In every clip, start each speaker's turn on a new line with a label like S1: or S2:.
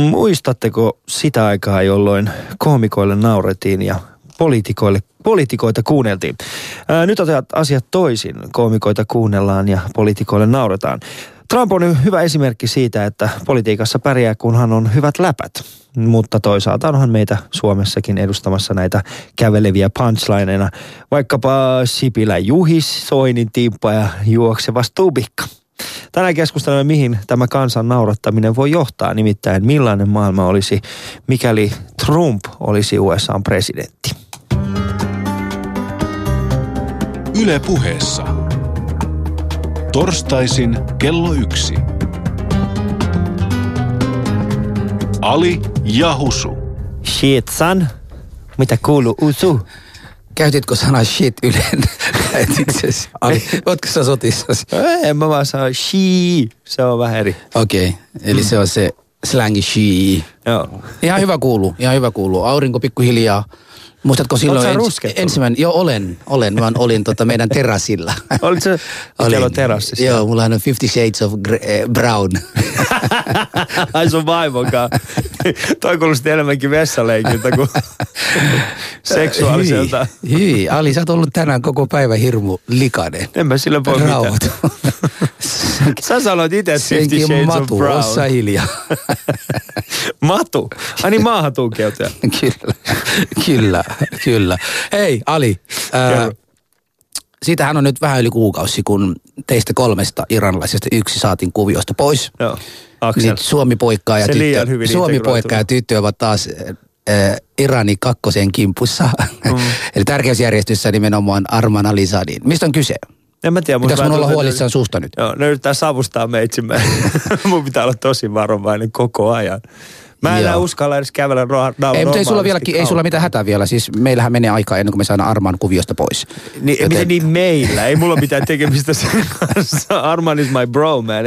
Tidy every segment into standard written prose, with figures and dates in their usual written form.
S1: Muistatteko sitä aikaa, jolloin koomikoille naurettiin ja poliitikoita kuunneltiin? Nyt otetaan asiat toisin. Koomikoita kuunnellaan ja poliitikoille nauretaan. Trump on hyvä esimerkki siitä, että politiikassa pärjää, kunhan on hyvät läpät. Mutta toisaalta onhan meitä Suomessakin edustamassa näitä käveleviä punchlineina. Vaikkapa Sipilän Juhis, Soinin Timppa ja juokseva Stubikka. Tänään keskustelemme, mihin tämä kansan naurattaminen voi johtaa. Nimittäin millainen maailma olisi, mikäli Trump olisi USA:n presidentti.
S2: Yle Puheessa. Torstaisin kello 1. Ali ja Husu.
S1: Shit, son. Mitä kuuluu, Usu?
S3: Käytitkö sana shit Ylen? Käytitkö Ali? Ootko sä sotissasi?
S1: En mä vaan saa she. Se on vähän eri.
S3: Okei, eli se on se slangi she.
S1: Joo.
S3: Ihan hyvä kuuluu. Aurinko pikkuhiljaa. Muistatko silloin ensimmäinen? Joo, olen. Mä olin meidän terassilla.
S1: Olitko se kello terassissa?
S3: Joo, mulla on 50 Shades of Brown.
S1: Ai sun vaimonkaan. Toi kuulosti enemmänkin vessaleikiltä kuin seksuaaliselta.
S3: Hyi, Ali, sä oot ollut tänään koko päivä hirmu likainen.
S1: En mä sillä voi mitään. Sä sanoit itse 50 Shades
S3: matu,
S1: of Brown.
S3: Ossa hiljaa.
S1: Matu? Ai niin maahan tunkeutuja.
S3: Kyllä. Hei, Ali. Siitähän on nyt vähän yli kuukausi, kun teistä 3 iranilaisesta 1 saatiin kuviosta pois.
S1: Joo, Aksel.
S3: Nyt Suomi-poika ja tyttö ovat taas Iranin 2. kimpussa. Eli tärkeysjärjestyssä nimenomaan Arman Alizadin. Mistä on kyse?
S1: En mä tiedä.
S3: Pitäis mun olla huolissaan susta nyt?
S1: Joo, ne yrittää savustaa meitsimme. Mun pitää olla tosi varovainen koko ajan. Mä en enää uskalla edes kävellä
S3: Ei, mutta ei sulla mitään hätää vielä. Siis meillähän menee aikaa ennen kuin me saadaan Arman kuviosta pois.
S1: Miten niin meillä? Ei mulla mitään tekemistä sen kanssa. Arman is my bro, man.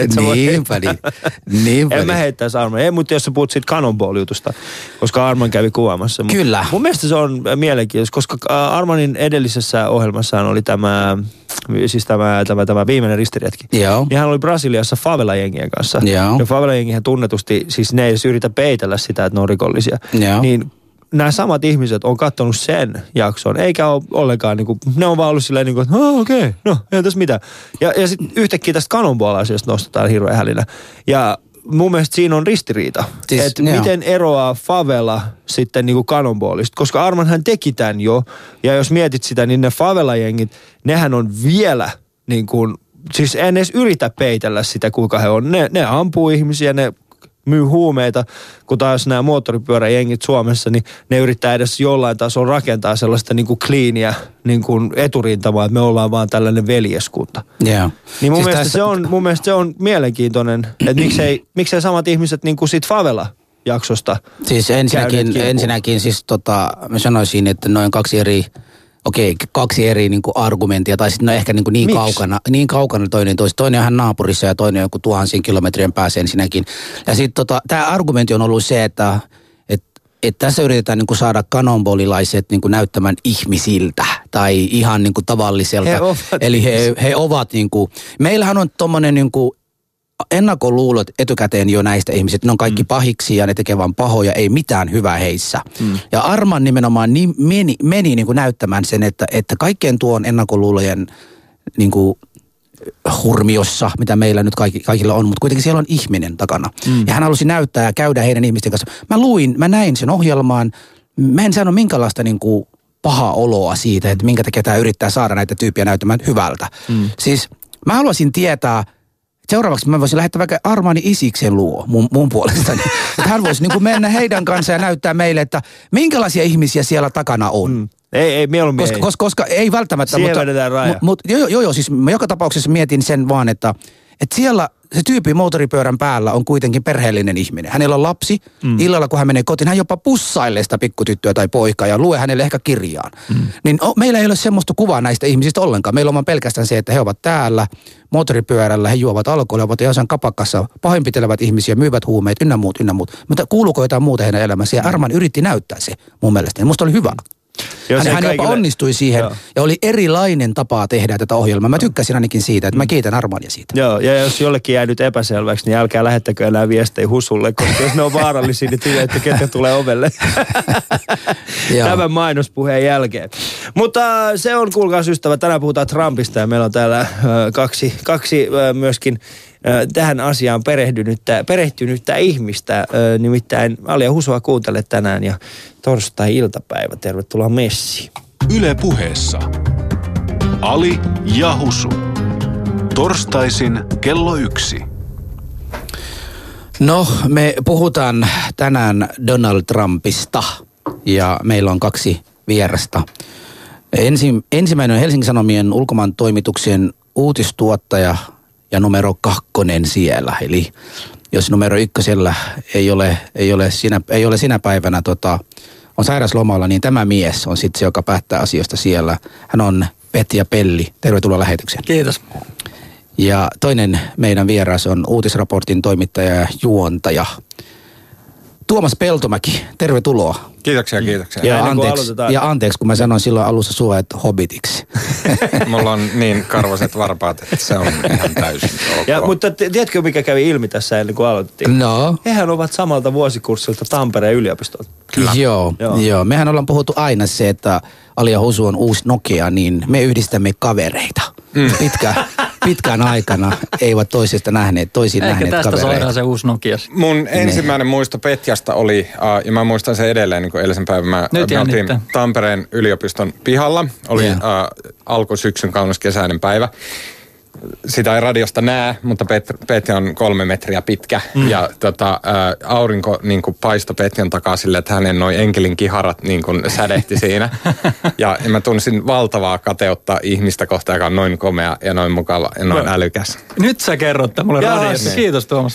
S1: Niinpä. En mä heittäisi Arman. Ei, mutta jos sä puhut siitä Cannonball-jutusta, koska Arman kävi kuvaamassa.
S3: Kyllä.
S1: Mun mielestä se on mielenkiintoista, koska Armanin edellisessä ohjelmassaan oli tämä viimeinen ristiretki.
S3: Joo.
S1: Ja hän oli Brasiliassa favela-jengien kanssa.
S3: Joo.
S1: Ja favela-jengihän tunnetusti, siis ne ei edes yritä peitellä sitä, että ne on rikollisia.
S3: Joo.
S1: Niin nämä samat ihmiset on katsonut sen jakson, eikä ole ollenkaan niin kuin, ne on vaan ollut silleen niin kuin, että okei, no ei tässä mitään. Ja sitten yhtäkkiä tästä Cannonball-asiasta nostetaan hirveän hälinä. Ja mun mielestä siinä on ristiriita, siis, että miten eroaa favela sitten niin kuin Cannonballista, koska Armanhan teki tämän jo, ja jos mietit sitä, niin ne favela-jengit, nehän on vielä niin kuin, siis en edes yritä peitellä sitä, kuinka he on. Ne ampuu ihmisiä, ne myy huumeita, kun taas nämä moottoripyöräjengit Suomessa, niin ne yrittää edes jollain tasolla rakentaa sellaista niin kuin cleania niin kuin eturintamaa, että me ollaan vaan tällainen veljeskunta.
S3: Yeah.
S1: Niin mun mielestä se on mielenkiintoinen, että miksei samat ihmiset niin kuin sit favela-jaksosta.
S3: Siis ensinnäkin siis mä sanoisin, että noin kaksi eri niin kuin argumenttia, tai sitten ehkä niin kaukana toinen toista. Toinen on ihan naapurissa ja toinen on joku 1000 kilometrien päässä ensinnäkin. Ja sitten tämä argumentti on ollut se, että tässä yritetään niin kuin saada kanonbolilaiset niin kuin näyttämään ihmisiltä tai ihan niin kuin tavalliselta. Eli he ovat niin kuin, meillähän on tommonen niin kuin ennakkoluulot etukäteen jo näistä ihmisistä. Ne on kaikki pahiksi ja ne tekee vaan pahoja, ei mitään hyvää heissä. Ja Arman nimenomaan meni niin kuin näyttämään sen, että kaikkien tuon ennakkoluulojen niin kuin hurmiossa, mitä meillä nyt kaikilla on, mutta kuitenkin siellä on ihminen takana. Ja hän halusi näyttää ja käydä heidän ihmisten kanssa. Mä näin sen ohjelmaan. Mä en sano minkälaista niin kuin pahaa oloa siitä, että minkä takia tämä yrittää saada näitä tyyppiä näyttämään hyvältä. Siis mä haluaisin tietää, seuraavaksi mä voisin lähettää vaikka Armani Isiksen luo mun puolestani. Että hän voisi niin kuin mennä heidän kanssaan ja näyttää meille, että minkälaisia ihmisiä siellä takana on.
S1: Ei mieluummin
S3: koska ei välttämättä.
S1: Siihen vedetään raja.
S3: Joo, siis mä joka tapauksessa mietin sen vaan, että siellä se tyyppi moottoripyörän päällä on kuitenkin perheellinen ihminen. Hänellä on lapsi. Illalla kun hän menee kotiin, hän jopa pussailee sitä pikkutyttöä tai poikaa ja lue hänelle ehkä kirjaan. Niin meillä ei ole semmoista kuvaa näistä ihmisistä ollenkaan. Meillä on vaan pelkästään se, että he ovat täällä moottoripyörällä, he juovat alkoholia, ovat jossain kapakassa, pahoinpitelevät ihmisiä, myyvät huumeet, ynnä muut. Mutta kuuluuko jotain muuta heidän elämässä? Ja Arman yritti näyttää se mun mielestä. Ja musta oli hyvä. Hän jopa onnistui siihen ja oli erilainen tapa tehdä tätä ohjelmaa. Mä tykkäsin ainakin siitä, että mä kiitän Armania siitä.
S1: Joo, ja jos jollekin jää nyt epäselväksi, niin älkää lähettäkö enää viestejä Husulle, koska jos ne on vaarallisia, niin tiedätte, ketä tulee ovelle tämän mainospuheen jälkeen. Mutta se on, kuulkaas ystävä, tänään puhutaan Trumpista ja meillä on täällä kaksi myöskin tähän asiaan perehtynyttä ihmistä. Nimittäin Ali ja Husua kuuntele tänään ja torstai-iltapäivä. Tervetuloa messiin.
S2: Yle Puheessa. Ali ja Husu. Torstaisin kello 1.
S3: No, me puhutaan tänään Donald Trumpista ja meillä on 2 vierasta. Ensimmäinen on Helsingin Sanomien ulkomaan toimituksien uutistuottaja ja numero 2 siellä. Eli jos numero 1 ei ole sinä päivänä on sairaslomalla, niin tämä mies on sitten se, joka päättää asioista siellä. Hän on Petja Pelli. Tervetuloa lähetykseen.
S4: Kiitos.
S3: Ja toinen meidän vieras on uutisraportin toimittaja ja juontaja Tuomas Peltomäki. Tervetuloa.
S5: Kiitoksia.
S3: Ja anteeksi, kun mä sanoin silloin alussa sua, että hobbitiksi.
S5: Mulla on niin karvaset varpaat, että se on ihan täysin ok.
S1: Mutta tiedätkö, mikä kävi ilmi tässä ennen kuin aloitettiin?
S3: No.
S1: Hehän ovat samalta vuosikurssilta Tampereen yliopistolta.
S3: Joo. Mehän ollaan puhuttu aina se, että Ali ja Husu on uusi Nokia, niin me yhdistämme kavereita. Pitkään aikana eivät toisista nähneet kavereita.
S4: Ehkä tästä saadaan se uusi Nokia.
S5: Mun ensimmäinen muisto Petjasta oli, ja mä muistan sen edelleen niin kuin eilisen päivän, mä oltiin Tampereen yliopiston pihalla. Oli alkusyksyn kaunis kesäinen päivä. Sitä ei radiosta näe, mutta Petja on 3 metriä pitkä. Ja aurinko niin kuin paistoi Petjan takaa sille, että hänen noi enkelin kiharat niin kuin sädehti siinä. Ja mä tunsin valtavaa kateutta ihmistä kohtaan, joka on noin komea ja noin mukava ja noin älykäs.
S4: Nyt sä kerrot mulle radiossa. Kiitos Tuomas.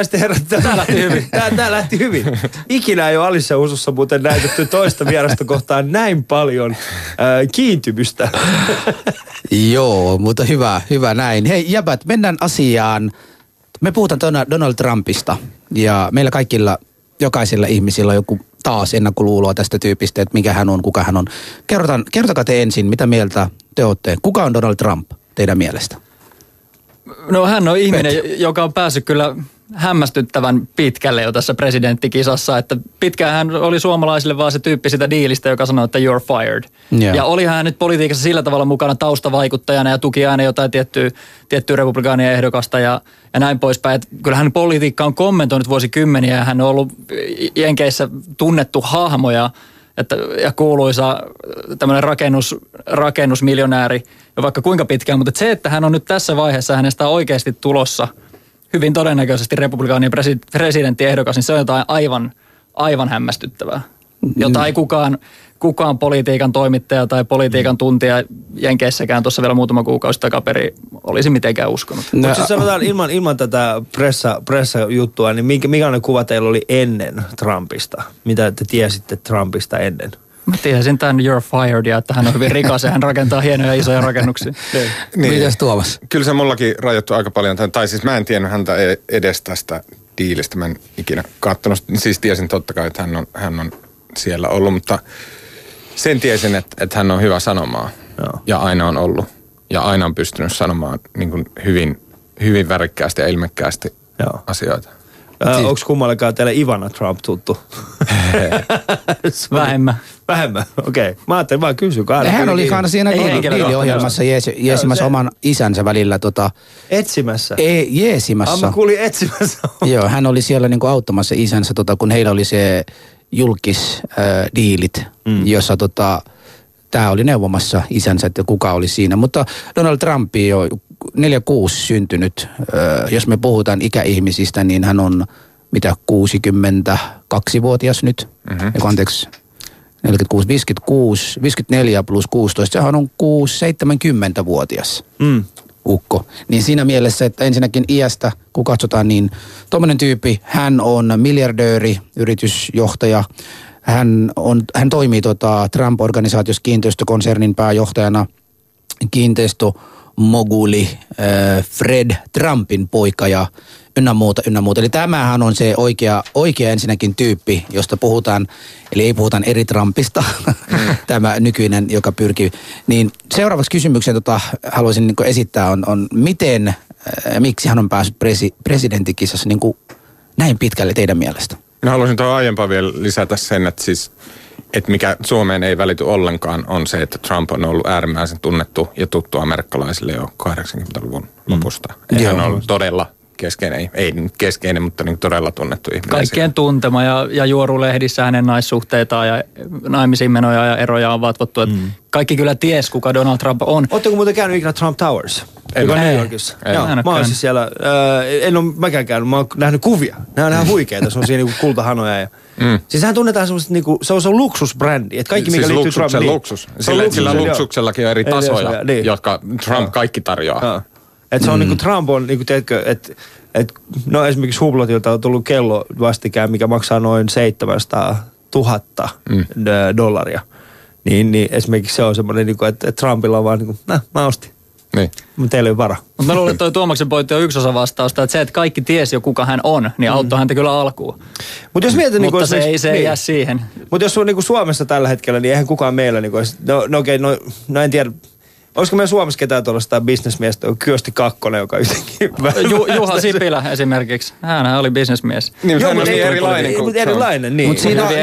S1: Tää lähti hyvin. Ikinä ei ole Alissa Husussa muuten näytetty toista vierasta kohtaan näin paljon kiintymystä.
S3: Joo, mutta hyvä näin. Hei jäbät, mennään asiaan. Me puhutaan Donald Trumpista ja meillä kaikilla, jokaisella ihmisillä on joku taas ennakkoluuloa tästä tyypistä, että mikä hän on, kuka hän on. Kertokaa te ensin, mitä mieltä te olette. Kuka on Donald Trump teidän mielestä?
S4: No hän on ihminen, joka on päässyt kyllä hämmästyttävän pitkälle jo tässä presidenttikisassa, että pitkään hän oli suomalaisille vaan se tyyppi sitä diilistä, joka sanoi, että you're fired. Yeah. Ja olihan hän nyt politiikassa sillä tavalla mukana taustavaikuttajana ja tuki aina jotain tiettyä republikaanien ehdokasta ja näin poispäin. Että kyllähän politiikka on kommentoinut vuosikymmeniä ja hän on ollut Jenkeissä tunnettu hahmo ja kuuluisa tämmöinen rakennusmiljonääri jo vaikka kuinka pitkään, mutta se, että hän on nyt tässä vaiheessa hänestä oikeasti tulossa hyvin todennäköisesti republikaanien presidenttiehdokas, niin se on jotain aivan hämmästyttävää. Jota ei kukaan politiikan toimittaja tai politiikan tuntija Jenkeissäkään tuossa vielä muutama kuukausi takaperin olisi mitenkään uskonut.
S1: Mutta siis sanotaan ilman tätä pressa-juttua, niin minkälainen kuva teillä oli ennen Trumpista? Mitä te tiesitte Trumpista ennen?
S4: Mä tiesin tämän you're fired ja että hän on hyvin rikas ja hän rakentaa hienoja isoja rakennuksia.
S3: Niin. Mitäs Tuomas?
S5: Kyllä se mullakin rajoittui aika paljon. Tai siis mä en tiennyt häntä edes tästä diilistä. Mä en ikinä katsonut. Siis tiesin totta kai, että hän on siellä ollut, mutta sen tiesin, että hän on hyvä sanomaan. Joo. Ja aina on ollut. Ja aina on pystynyt sanomaan niin kuin hyvin värikkäästi ja ilmekkäästi asioita.
S1: Onko kummallekaan teille Ivana Trump tuttu?
S4: Vähemmän,
S1: okei. Mä ajattelin vaan kysyä.
S3: Hän oli kanssa siinä diiliohjelmassa jeesimässä oman isänsä välillä.
S1: Etsimässä?
S3: Jeesimässä.
S1: Mä kuulin etsimässä.
S3: Joo, hän oli siellä niinku auttamassa isänsä, kun heillä oli se julkisdiilit, jossa tämä oli neuvomassa isänsä, että kuka oli siinä. Mutta Donald Trump on 46 syntynyt. Jos me puhutaan ikäihmisistä, niin hän on 62-vuotias nyt. Mm-hmm. Anteeksi, 46, 56, 54 plus 16. Sehän on 70-vuotias ukko. Niin siinä mielessä, että ensinnäkin iästä, kun katsotaan, niin tommoinen tyyppi, hän on miljardööri, yritysjohtaja. Hän Trump-organisaatiossa kiinteistökonsernin pääjohtajana, kiinteistö moguli Fred Trumpin poika ja ynnä muuta. Eli tämähän on se oikea ensinnäkin tyyppi, josta puhutaan, eli ei puhutaan eri Trumpista, tämä nykyinen, joka pyrkii. Niin seuraavaksi kysymyksen haluaisin niin esittää on miten, miksi hän on päässyt presidenttikisassa niin näin pitkälle teidän mielestä?
S5: Mä haluaisin tuohon aiempaa vielä lisätä sen, että siis että mikä Suomeen ei välity ollenkaan on se, että Trump on ollut äärimmäisen tunnettu ja tuttu amerikkalaisille jo 80-luvun lopusta. Hän on ollut todella keskeinen, ei keskeinen, mutta niin todella tunnettu ihminen.
S4: Kaikkien tuntema ja juorulehdissä hänen naissuhteitaan ja naimisiin menoja ja eroja on vatvottu. Kaikki kyllä ties, kuka Donald Trump on.
S1: Oletteko muuten käynyt ikinä Trump Towers? Joka on New Yorkissa. Joo, mä oon siis siellä, en ole mäkään käynyt, mä oon nähnyt kuvia. Nämä on ihan huikeita, se on siinä niinku kultahanoja ja siis hän tunnetaan semmoista niinku, se on luxusbrändi, että kaikki mikä liittyy Trumpiin.
S5: Luksus. Sillä luksuksellakin on eri tasoja, jotka Trump kaikki tarjoaa.
S1: Että se on niinku Trump on niinku teetkö, että no esimerkiksi Hublotilta on tullut kello vastikään, mikä maksaa noin 700 000 dollaria. Niin esimerkiksi se on semmoinen, niinku, että Trumpilla on vaan niinku, mä ostin. Niin. Mutta teillä ei ole vara.
S4: Mutta mä luulen, että toi Tuomaksen pointti on yksi osa vastausta, että se, että kaikki tiesi jo kuka hän on, niin auttoi häntä kyllä alkuun.
S1: Mutta jos mietit,
S4: mutta se ei jää siihen.
S1: Mutta jos on niinku Suomessa tällä hetkellä, niin eihän kukaan meillä, niinku, no en tiedä, olisiko meillä Suomessa ketään tuollaista bisnesmiestä, on Kyösti Kakkonen, joka yhdenkin...
S4: Juha Sipilä esimerkiksi, hänhän oli bisnesmies.
S5: Niin, hän on niin erilainen kuin
S1: erilainen, niin.
S3: Mutta siinä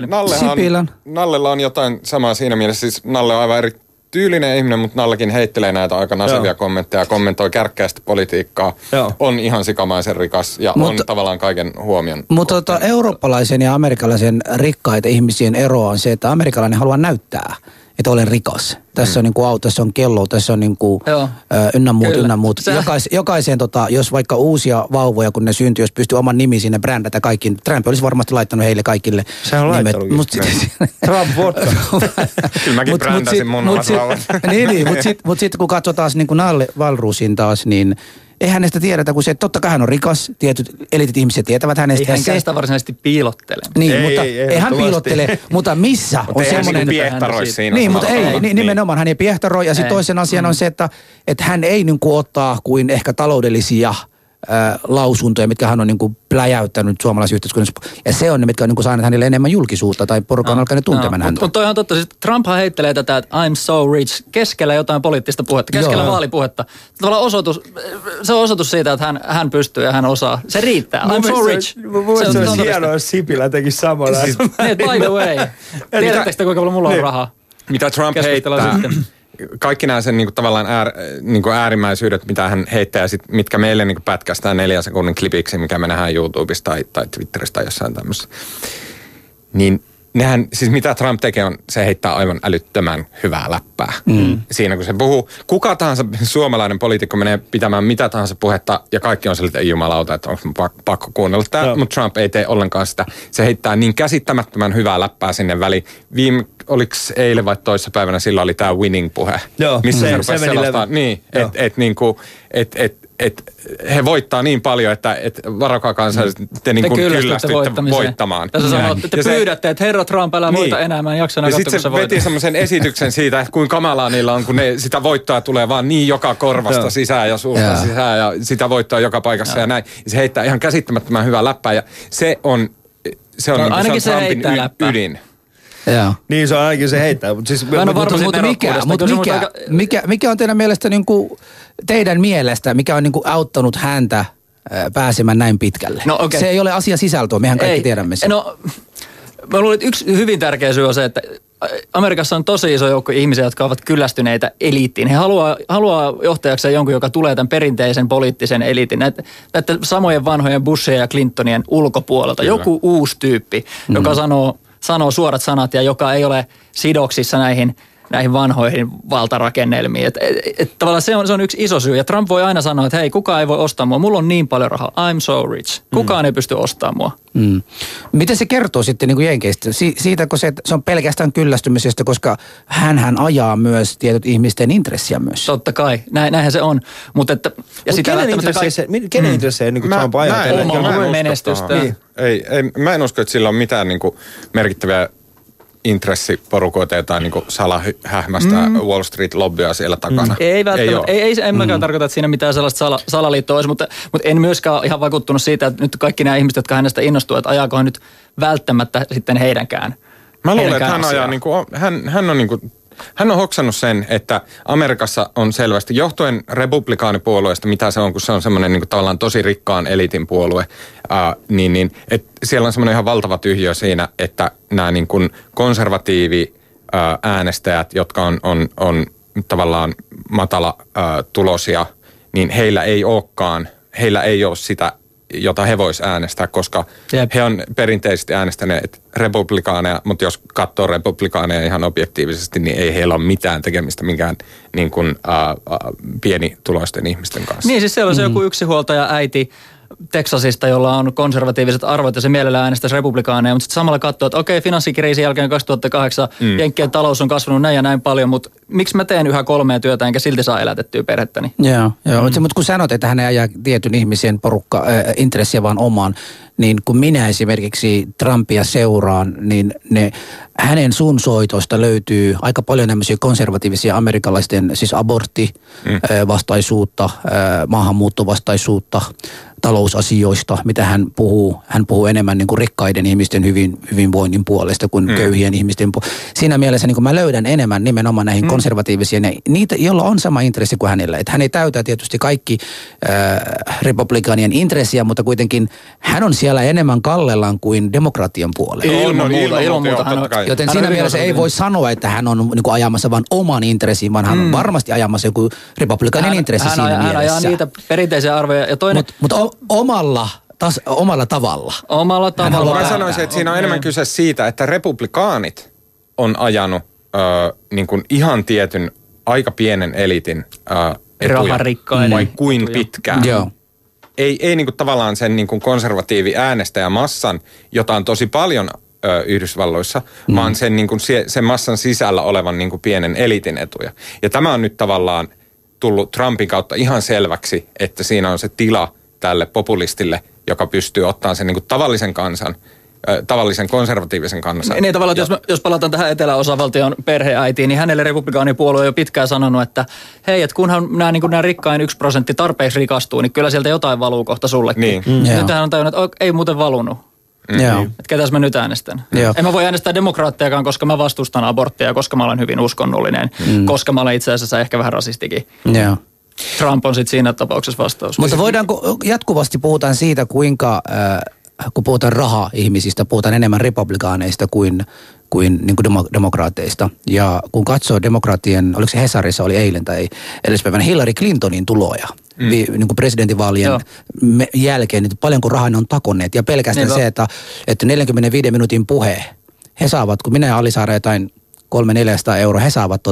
S5: Nallella on jotain samaa siinä mielessä, siis Nalle on aivan eri tyylinen ihminen, mutta Nallekin heittelee näitä aika nasevia kommentteja, kommentoi kärkkäästi politiikkaa, on ihan sikamaisen rikas ja on tavallaan kaiken huomion.
S3: Mutta eurooppalaisen ja amerikkalaisen rikkaita ihmisien eroa on se, että amerikkalainen haluaa näyttää, että olen rikas. Tässä on niinku auto, tässä on kello, tässä on niinku ynnä muut. Jokaiseen jos vaikka uusia vauvoja, kun ne syntyy, jos pystyy oman nimi sinne brändätä kaikkiin. Trump olisi varmasti laittanut heille kaikille
S1: sehän on nimet. Trump vodka.
S5: Kyllä mäkin brändäsin mun omat vauvat.
S3: Mutta sitten kun katsotaan niinku Nalle Valruusin taas, niin eihän hänestä tiedetä, kun se, että totta kai hän on rikas, tietyt elitit ihmiset tietävät hänestä.
S4: Ei hän sitä varsinaisesti piilottele.
S3: Niin, mutta ei hän piilottele, mutta missä on semmoinen...
S5: Ei hän piehtaroi siinä.
S3: Niin, mutta ei, nimenomaan hän ei piehtaroi. Ja sitten toisen asian on se, että hän ei niin kuin ottaa kuin ehkä taloudellisia lausuntoja, mitkä hän on niin kuin pläjäyttänyt suomalaisessa yhteiskunnassa. Ja se on ne, mitkä on niin kuin saaneet hänelle enemmän julkisuutta tai porukka on alkanut tuntemaan häntä.
S4: Mutta toihan totta. Siis Trumphan heittelee tätä, että I'm so rich keskellä jotain poliittista puhetta, keskellä vaalipuhetta. Tavallaan se on osoitus siitä, että hän pystyy ja hän osaa. Se riittää. I'm so rich.
S1: Se olisi hienoa, jos Sipilä teki samalla.
S4: By the way. Tiedättekö te, kuinka paljon mulla on rahaa?
S5: Mitä Trump heittää? Kaikki nämä sen niinku tavallaan äärimmäisyydet, mitä hän heittää ja sit, mitkä meille niinku pätkästään 4 sekunnin klipiksi, mikä me nähdään YouTubesta tai Twitteristä tai jossain tämmössä. Niin nehän, siis mitä Trump tekee on, se heittää aivan älyttömän hyvää läppää. Siinä kun se puhuu, kuka tahansa suomalainen poliitikko menee pitämään mitä tahansa puhetta ja kaikki on sille, että ei jumalauta, että onko pakko kuunnella tämä, mutta Trump ei tee ollenkaan sitä. Se heittää niin käsittämättömän hyvää läppää sinne väliin. Oliko eilen vai toissapäivänä sillä oli tämä winning-puhe, missä se rupesi selostaa. Niin, että he voittaa niin paljon, että varokaa kanssa, te niin kuin kyllästytte voittamaan.
S4: Tässä sanotte, että te pyydätte, että herra Trump älä voita enää, mä en jaksa enää katsoa, kun sä voitat.
S5: Ja sitten se veti semmoisen esityksen siitä, että kuinka kamalaa niillä on, kun sitä voittoa tulee vaan niin joka korvasta sisään ja suusta sisään ja sitä voittoa joka paikassa ja näin. Ja se heittää ihan käsittämättömän hyvää läppää ja se on
S4: ainakin se
S5: Trumpin ydin.
S3: Joo.
S1: Niin se on ainakin se heittää. Mutta
S3: mikä on teidän mielestä niinku, teidän mielestä, mikä on niinku auttanut häntä pääsemään näin pitkälle?
S4: No, okay.
S3: Se ei ole asia sisältöä, mehän kaikki tiedämme sen.
S4: No, mä luulen, että yksi hyvin tärkeä syy on se, että Amerikassa on tosi iso joukko ihmisiä, jotka ovat kyllästyneitä eliittiin. He haluaa johtajakseen jonkun, joka tulee tämän perinteisen poliittisen eliitin, näitä samojen vanhojen Bushien ja Clintonien ulkopuolelta. Kyllä. Joku uusi tyyppi, joka sanoo suorat sanat ja joka ei ole sidoksissa näihin vanhoihin valtarakennelmiin. Et tavallaan se on yksi iso syy. Ja Trump voi aina sanoa, että hei, kukaan ei voi ostaa mua. Mulla on niin paljon rahaa. I'm so rich. Kukaan ei pysty ostamaan mua.
S3: Miten se kertoo sitten niin kuin jenkeistä? Siitä, kun se on pelkästään kyllästymisestä, koska hänhän ajaa myös tietyt ihmisten intressiä myös.
S4: Totta kai. Näinhän se on. Mutta
S1: kenen intressejä niin kuin Trump ajaa?
S4: Menestystä.
S5: Ei, mä en usko, että sillä on mitään niin kuin merkittäviä intressiporukoita, jotain niin salahähmästä Wall Street-lobbya siellä takana.
S4: Ei välttämättä. En mäkään tarkoita, että siinä mitään sellaista salaliittoa olisi, mutta en myöskään ole ihan vakuuttunut siitä, että nyt kaikki nämä ihmiset, jotka hänestä innostuu, että ajaako hän nyt välttämättä sitten heidänkään.
S5: Mä luulen, että hän ajaa, hän on hoksannut sen, että Amerikassa on selvästi, johtuen republikaanipuolueesta, mitä se on, kun se on semmoinen niin tavallaan tosi rikkaan elitin puolue, että siellä on semmoinen ihan valtava tyhjiö siinä, että nämä niin kuin konservatiivi-äänestäjät, jotka on tavallaan matala tulosia, niin heillä ei ole sitä, jota he vois äänestää, koska he on perinteisesti äänestäneet republikaaneja, mutta jos katsoo republikaaneja ihan objektiivisesti, niin ei heillä ole mitään tekemistä minkään niin kuin, pienituloisten ihmisten kanssa.
S4: Niin, siis siellä on se joku yksinhuoltaja äiti Texasista, jolla on konservatiiviset arvot ja se mielellään äänestäisi republikaaneja, mutta sitten samalla katsoo, että okei, finanssikriisin jälkeen 2008 Jenkkien talous on kasvanut näin ja näin paljon, mutta miksi mä teen yhä 3 työtä enkä silti saa elätettyä perhettäni?
S3: Joo. Mutta kun sanot, että hän ei aja tietyn ihmisen intressiä vaan omaan, niin kun minä esimerkiksi Trumpia seuraan, niin hänen soitoista löytyy aika paljon nämmöisiä konservatiivisia amerikkalaisten, siis aborttivastaisuutta, maahanmuuttovastaisuutta, talousasioista, mitä hän puhuu. Hän puhuu enemmän niin kuin rikkaiden ihmisten hyvinvoinnin puolesta kuin köyhien ihmisten puolesta. Siinä mielessä niin kuin mä löydän enemmän nimenomaan näihin konservatiivisiin, niitä, joilla on sama intressi kuin hänellä. Että hän ei täytä tietysti kaikki republikaanien intressiä, mutta kuitenkin hän on siellä enemmän kallellaan kuin demokratian puolella.
S4: Ilman muuta.
S3: Joten siinä mielessä ei voi sanoa, että hän on niin kuin ajamassa vain oman intressin, vaan hän on varmasti ajamassa joku republikaanien intressi siinä mielessä.
S4: Hän ajaa niitä perinteisiä arvoja. Ja toinen...
S3: Mutta omalla tavalla.
S5: Mä sanoisin, että siinä on enemmän kyse siitä, että republikaanit on ajanut niin kuin ihan tietyn aika pienen elitin etuja. Vai kuin pitkään.
S3: Joo.
S5: Ei niin kuin tavallaan sen niin kuin konservatiivi äänestäjämassan, jota on tosi paljon Yhdysvalloissa, vaan sen, niin kuin sen massan sisällä olevan niin kuin pienen elitin etuja. Ja tämä on nyt tavallaan tullut Trumpin kautta ihan selväksi, että siinä on se tila tälle populistille, joka pystyy ottamaan sen niin kuin tavallisen kansan, tavallisen konservatiivisen kansan.
S4: Niin tavallaan, jos palataan tähän eteläosavaltion perheäitiin, niin hänelle republikaanipuolue on jo pitkään sanonut, että hei, että kunhan nämä rikkain 1% tarpeeksi rikastuu, niin kyllä sieltä jotain valuu kohta sullekin.
S5: Niin.
S4: Nyt hän on tajunnut, että ei muuten valunut. Että ketäs mä nyt äänestän. En mä voi äänestää demokraattiakaan, koska mä vastustan aborttia, koska mä olen hyvin uskonnollinen, koska mä olen itse asiassa ehkä vähän rasistikin.
S3: Joo.
S4: Trump on sitten siinä tapauksessa vastaus.
S3: Mutta voidaanko, jatkuvasti puhutaan siitä, kuinka, kun puhutaan raha-ihmisistä, puhutaan enemmän republikaaneista kuin demokraateista. Ja kun katsoo demokraattien, oliko se Hesarissa, oli eilen tai edellispäivänä Hillary Clintonin tuloja, niin kuin presidentinvaalien jälkeen, niin paljonko rahaa ne on takonneet. Ja pelkästään se, että 45 minuutin puhe, he saavat, kun minä ja Ali saadaan jotain 300-400 euroa, he saavat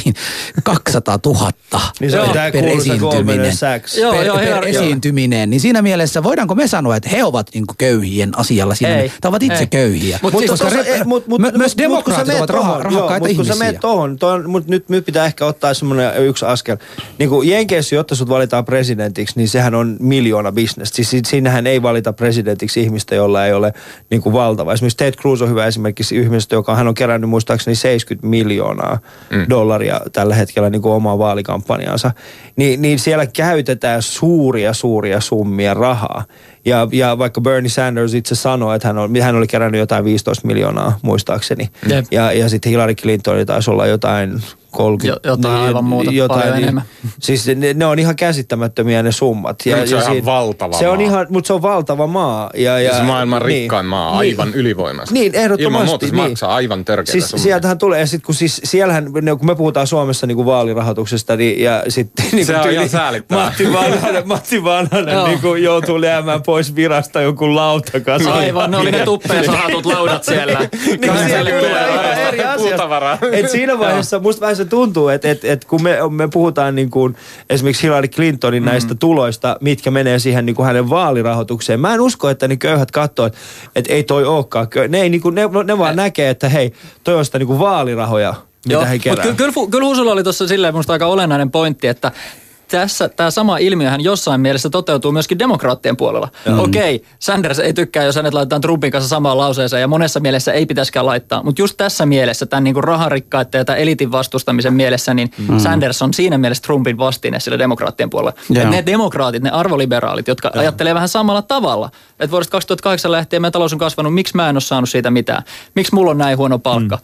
S3: 200 000
S1: niin se
S3: per esiintyminen. Per esiintyminen. Niin siinä mielessä voidaanko me sanoa, että he ovat niin kuin köyhien asialla siinä, tai ovat itse köyhiä. Myös demokraatit ovat rahakkaita ihmisiä. Mutta kun sä menet tohon,
S1: mutta nyt pitää ehkä ottaa semmoinen yksi askel. Niin kuin Jenkeissä, jotta sut valitaan presidentiksi, niin sehän on miljoona bisnestä. Siis siinähän ei valita presidentiksi ihmistä, jolla ei ole niin kuin valtava. Esimerkiksi Ted Cruz on hyvä esimerkiksi ihmisestä, joka hän on kerännyt muistaakseni 70 miljoonaa dollaria tällä hetkellä niin kuin omaa vaalikampanjaansa. Niin siellä käytetään suuria summia rahaa. Ja vaikka Bernie Sanders itse sanoi, että hän oli kerännyt jotain 15 miljoonaa muistaakseni. Ja sitten Hillary Clinton taisi olla jotain 30.
S4: Jotain aivan muuta, paljon enemmän.
S1: Siis ne on ihan käsittämättömiä ne summat.
S5: Se on ihan valtava
S1: se on maa. Mutta se on valtava maa.
S5: Ja se maailman rikkain maa, aivan ylivoimaisesti.
S1: Niin, ehdottomasti.
S5: Ilman muuta se maksaa aivan törkeitä
S1: siis
S5: summia.
S1: Sieltähän tulee, ja sitten kun siis siellähän, kun me puhutaan Suomessa niin kuin vaalirahoituksesta, niin, ja sitten niin
S5: se on ihan säälittävää.
S1: Matti Vanhanen niin kuin joutuu jäämään pois virasta jonkun lautakasa.
S4: Aivan, ne oli ne tuppeen sahatut laudat siellä.
S1: Niin siellä tulee eri asiat. Et siinä vaiheessa musta vähän se tuntuu, että kun me puhutaan niin kuin esimerkiksi Hillary Clintonin näistä tuloista, mitkä menee siihen niin kuin hänen vaalirahoitukseen. Mä en usko, että ne köyhät katsoo, että ei toi olekaan. Ne vaan näkee, että hei, toi on sitä niin kuin vaalirahoja, mitä he kerää.
S4: Kyllä Husula oli tuossa silleen minusta aika olennainen pointti, että tämä sama ilmiöhän jossain mielessä toteutuu myöskin demokraattien puolella. Okei, Sanders ei tykkää, jos hänet laitetaan Trumpin kanssa samaan lauseeseen ja monessa mielessä ei pitäisikään laittaa. Mutta just tässä mielessä, tämän niin kuin raharikkaiden ja tämän elitin vastustamisen mielessä, niin Sanders on siinä mielessä Trumpin vastine sillä demokraattien puolella. Ne demokraatit, ne arvoliberaalit, jotka ajattelee vähän samalla tavalla. Että vuodesta 2008 lähtien meidän talous on kasvanut, miksi mä en ole saanut siitä mitään? Miksi mulla on näin huono palkka?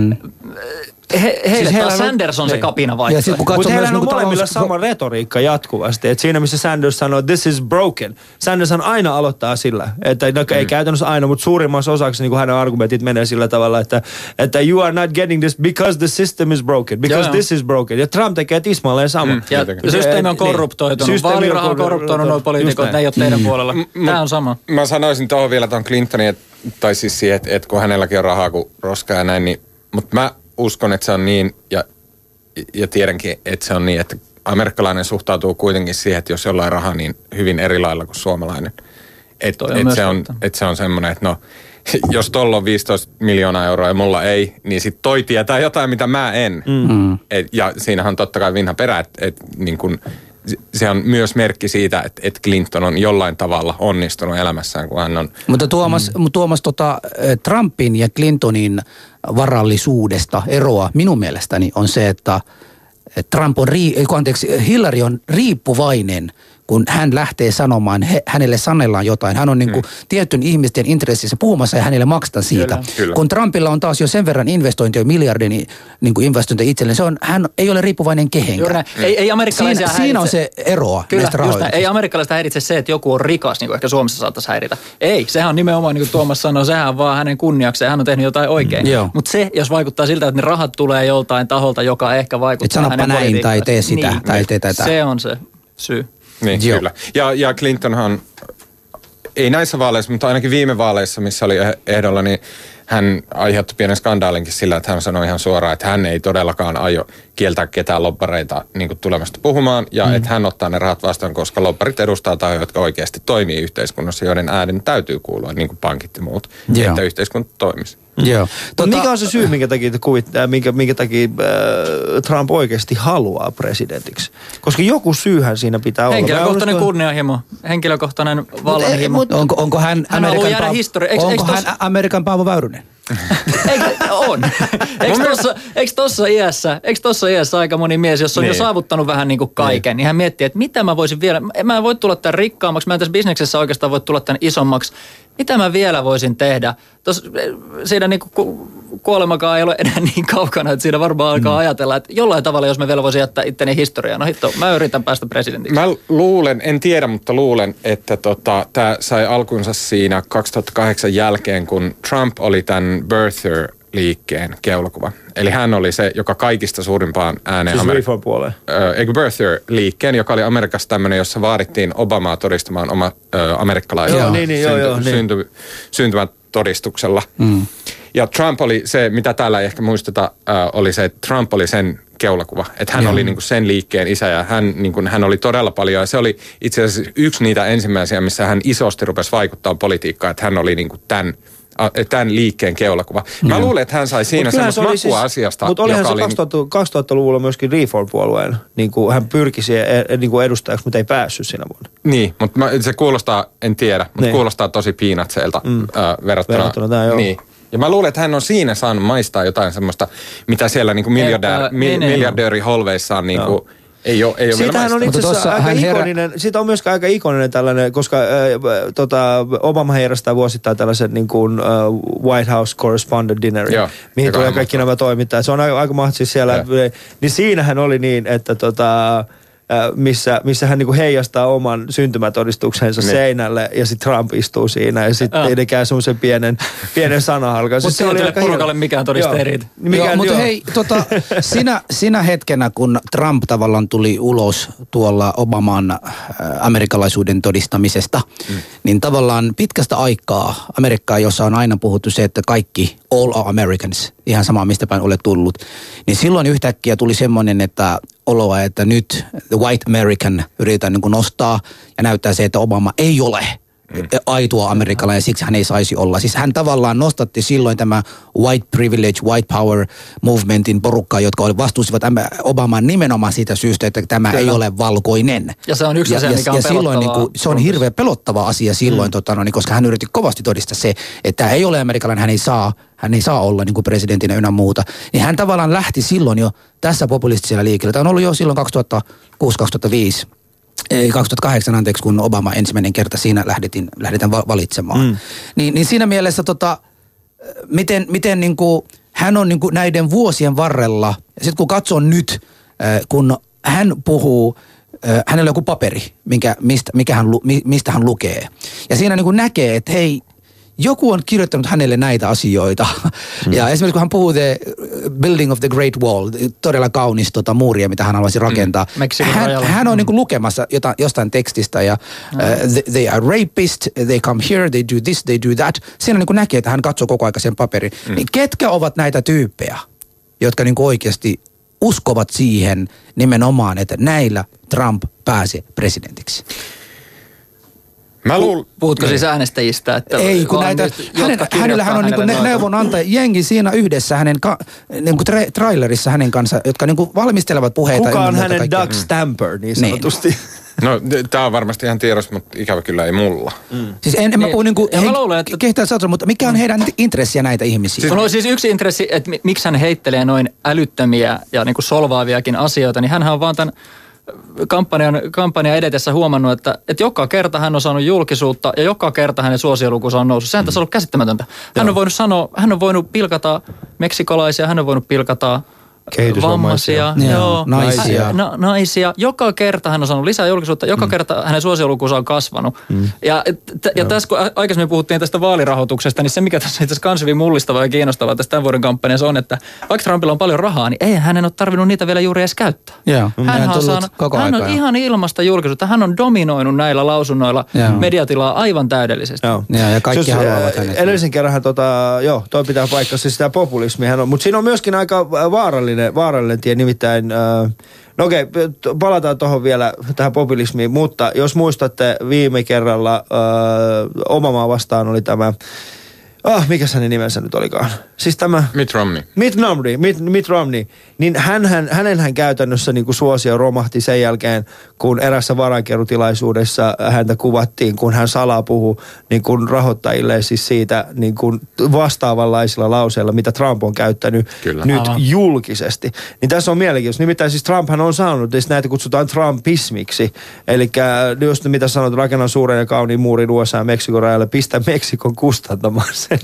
S4: Heille taas Sanders on se kapina vaihtoehto.
S1: Mutta heillä on molemmilla sama retoriikka jatkuvasti. Et siinä missä Sanders sanoo, this is broken. Sanders aina aloittaa sillä, että ei käytännössä aina, mutta suurimmassa osaksi niin hänen argumentit menee sillä tavalla, että you are not getting this because the system is broken, because this is broken. Ja Trump tekee tismalleen sama.
S4: Systeemi on korruptoitunut, vaaliraha on korruptoinut nuo poliitikot, ne ei ole teidän puolella. Tämä on sama.
S5: Mä sanoisin tuohon vielä tuon Clintonin, tai siis siihen, että kun hänelläkin on rahaa kuin roskaa ja näin, niin, mutta mä uskon, että se on niin, ja tiedänkin, että se on niin, että amerikkalainen suhtautuu kuitenkin siihen, että jos jollain rahaa, niin hyvin eri lailla kuin suomalainen. Että se on semmoinen, että no, jos tuolla on 15 miljoonaa euroa ja mulla ei, niin sit toi tietää jotain, mitä mä en. Ja siinähän on totta kai vinha perä, että niin kun, se on myös merkki siitä, että Clinton on jollain tavalla onnistunut elämässään, kun hän on.
S3: Mutta Tuomas Trumpin ja Clintonin varallisuudesta eroa minun mielestäni on se, että Trump on Hillary on riippuvainen, kun hän lähtee sanomaan, hänelle sanellaan jotain. Hän on niin kuin tietyn ihmisten intressissä puhumassa ja hänelle maksetaan siitä. Kyllä. Kun Trumpilla on taas jo sen verran investointia, miljardin niin kuin investointia itselleen, hän ei ole riippuvainen kehenkään.
S4: Ei amerikkalaisia
S3: siinä on se eroa näistä rahoituksista.
S4: Ei amerikkalaista häiritse se, että joku on rikas, niin kuin ehkä Suomessa saattaisi häiritä. Ei, sehän on nimenomaan, niin kuin Tuomas sanoi, sehän on vaan hänen kunniakseen, hän on tehnyt jotain oikein. Mutta se, jos vaikuttaa siltä, että ne rahat tulee joltain taholta, joka ehkä vaikuttaa hänen
S3: näin tai tee sitä
S4: niin,
S3: tai tee tätä.
S4: Se on se syy.
S5: Niin, kyllä. Ja Clintonhan, ei näissä vaaleissa, mutta ainakin viime vaaleissa, missä oli ehdolla, niin hän aiheutti pienen skandaalinkin sillä, että hän sanoi ihan suoraan, että hän ei todellakaan aio kieltää ketään lobbareita niin kuin tulemasta puhumaan, ja että hän ottaa ne rahat vastaan, koska lobbarit edustaa tahoja, jotka oikeasti toimii yhteiskunnassa, joiden äänen täytyy kuulua, niin kuin pankit ja muut, että yhteiskunta toimisi.
S3: Joo.
S1: Mikä on se syy, minkä takia Trump oikeasti haluaa presidentiksi? Koska joku syyhän siinä pitää olla.
S4: Henkilökohtainen kunnianhimo, henkilökohtainen vallanhimo.
S3: Onko hän Amerikan Paavo Väyrynen?
S4: On. Eikö tossa iässä aika moni mies, jos on jo saavuttanut vähän niin kuin kaiken, niin hän miettii, että mitä mä voisin vielä, mä en voi tulla tämän rikkaammaksi, mä en tässä bisneksessä oikeastaan voi tulla tämän isommaksi, mitä mä vielä voisin tehdä? Siinä niin kuin kuolemakaan ei ole enää niin kaukana, että siinä varmaan alkaa ajatella, että jollain tavalla, jos mä vielä voisin jättää itteni historiaan, no hitto, mä yritän päästä presidentiksi.
S5: Mä luulen, en tiedä, mutta luulen, että tämä sai alkunsa siinä 2008 jälkeen, kun Trump oli tämän Birther-liikkeen keulakuva. Eli hän oli se, joka kaikista suurimpaan ääneen...
S1: Siis reform-puoleen.
S5: Birther-liikkeen, joka oli Amerikassa tämmöinen, jossa vaadittiin Obamaa todistamaan oma amerikkalaisen syntymätodistuksella. Ja Trump oli se, mitä täällä ei ehkä muisteta, oli se, että Trump oli sen keulakuva. Että hän oli niin kuin sen liikkeen isä ja hän oli todella paljon. Ja se oli itse asiassa yksi niitä ensimmäisiä, missä hän isosti rupesi vaikuttaa politiikkaan, että hän oli niin kuin tämän liikkeen keulakuva. Mä luulen, että hän sai siinä semmoista makua asiasta.
S1: Mutta olihan se 2000-luvulla myöskin Reform-puolueen, niin kuin hän pyrki siihen niin kuin edustajaksi, mutta ei päässyt siinä vuonna.
S5: Niin, mutta se kuulostaa, en tiedä, mutta kuulostaa tosi peanutseilta verrattuna
S1: tähän,
S5: niin. Ja mä luulen, että hän on siinä saanut maistaa jotain semmoista, mitä siellä niin kuin miljardööriholveissaan niin kuin ei ole
S1: siitähän on itse asiassa aika ikoninen, siitä on myöskään aika ikoninen tällainen, koska Obama järjestää vuosittain tällaisen niin kuin White House Correspondent Dinnerin, mihin tulee kaikki nämä toimittajat. Se on aika mahtavasti siellä. Niin siinähän oli niin, että missä hän niinku heijastaa oman syntymätodistuksensa seinälle ja sitten Trump istuu siinä ja sitten ei nekään semmoisen pienen sanahalkan.
S4: Mutta se oli aika porukalle mikään todiste eri.
S3: Mutta hei, sinä hetkenä, kun Trump tavallaan tuli ulos tuolla Obaman amerikkalaisuuden todistamisesta, niin tavallaan pitkästä aikaa Amerikkaa, jossa on aina puhuttu se, että kaikki all are Americans, ihan sama mistä päin olet tullut, niin silloin yhtäkkiä tuli semmoinen, että oloa, että nyt the white American yritetään niin kuin nostaa ja näyttää se, että Obama ei ole aitoa amerikkalainen ja siksi hän ei saisi olla. Siis hän tavallaan nostatti silloin tämä white privilege, white power movementin porukkaa, jotka vastustivat Obaman nimenomaan siitä syystä, että tämä ei ole valkoinen.
S4: Ja se on yksi asia, mikä on
S3: silloin se on hirveän pelottava asia silloin, koska hän yritti kovasti todistaa se, että ei ole amerikkalainen, hän ei saa olla niin kuin presidentinä ynnä muuta. Niin hän tavallaan lähti silloin jo tässä populistisella liikkeellä. Tämä on ollut jo silloin 2006-2005. 2008, anteeksi, kun Obama ensimmäinen kerta siinä lähdetään valitsemaan. Niin siinä mielessä miten niin kuin, hän on niin kuin näiden vuosien varrella, ja sitten kun katsoo nyt, kun hän puhuu, hänellä on joku paperi, mistä hän lukee. Ja siinä niin kuin näkee, että hei, joku on kirjoittanut hänelle näitä asioita. Ja esimerkiksi kun hän puhuu The Building of the Great Wall, todella kaunis muuria, mitä hän haluaisi rakentaa. Hän on niin kuin lukemassa jostain tekstistä ja they are rapist, they come here, they do this, they do that. Siinä niin kuin näkee, että hän katsoo koko ajan sen paperin. Niin ketkä ovat näitä tyyppejä, jotka niin kuin oikeasti uskovat siihen nimenomaan, että näillä Trump pääsee presidentiksi?
S4: Puhutko siis äänestäjistä? Että
S3: ei, kun hänellä on niin neuvonantaja, jengi siinä yhdessä hänen trailerissa hänen kanssa, jotka niin valmistelevat puheita.
S1: Kuka on hänen Doug Stamper niin sanotusti?
S5: Niin. No, tää on varmasti ihan tiedossa, mutta ikävä kyllä ei mulla.
S3: Siis en mä puhu mutta mikä on heidän intressiä näitä ihmisiä?
S4: Siis yksi intressi, että miksi hän heittelee noin älyttömiä ja niin kuin solvaaviakin asioita, niin hänhän on vaan tämän kampanjan edetessä huomannut, että joka kerta hän on saanut julkisuutta ja joka kerta hänen suosiolukunsa on noussut. Sehän tässä on ollut käsittämätöntä. Hän on voinut pilkata meksikolaisia, hän on voinut pilkata vammaisia, naisia. Joka kerta hän on saanut lisää julkisuutta, joka kerta hänen suosiolukunsa on kasvanut. Ja tässä kun aikaisemmin puhuttiin tästä vaalirahoituksesta, niin se mikä tässä itse asiassa kans hyvin mullistavaa ja kiinnostavaa tässä tämän vuoden kampanjassa on, että vaikka Trumpilla on paljon rahaa, niin ei hänen ole tarvinnut niitä vielä juuri edes käyttää. Hän on ihan ilmasta julkisuutta. Hän on dominoinut näillä lausunnoilla mediatilaa aivan täydellisesti.
S3: Ja kaikki haluavat hänet.
S1: Edellisen kerran toi pitää paikkansa sitä populismia. Mutta siinä on myöskin aika vaarallinen tie, nimittäin, no okei, palataan tuohon vielä tähän populismiin, mutta jos muistatte viime kerralla Obamaa vastaan oli tämä, mikä hänen nimensä nyt olikaan? Siis tämä Mitt Romney. Niin hänenhän käytännössä niin kuin suosio romahti sen jälkeen, kun erässä varainkerutilaisuudessa häntä kuvattiin, kun hän salaa puhui niin kuin rahoittajille siis siitä niin kuin vastaavanlaisilla lauseilla, mitä Trump on käyttänyt nyt julkisesti. Niin tässä on mielenkiintoista. Nimittäin siis Trumphan on saanut, että näitä kutsutaan Trumpismiksi. Eli just mitä sanot, rakennan suuren ja kauniin muurin USA ja Meksikon rajalle, pistä Meksikon kustantamaan sen.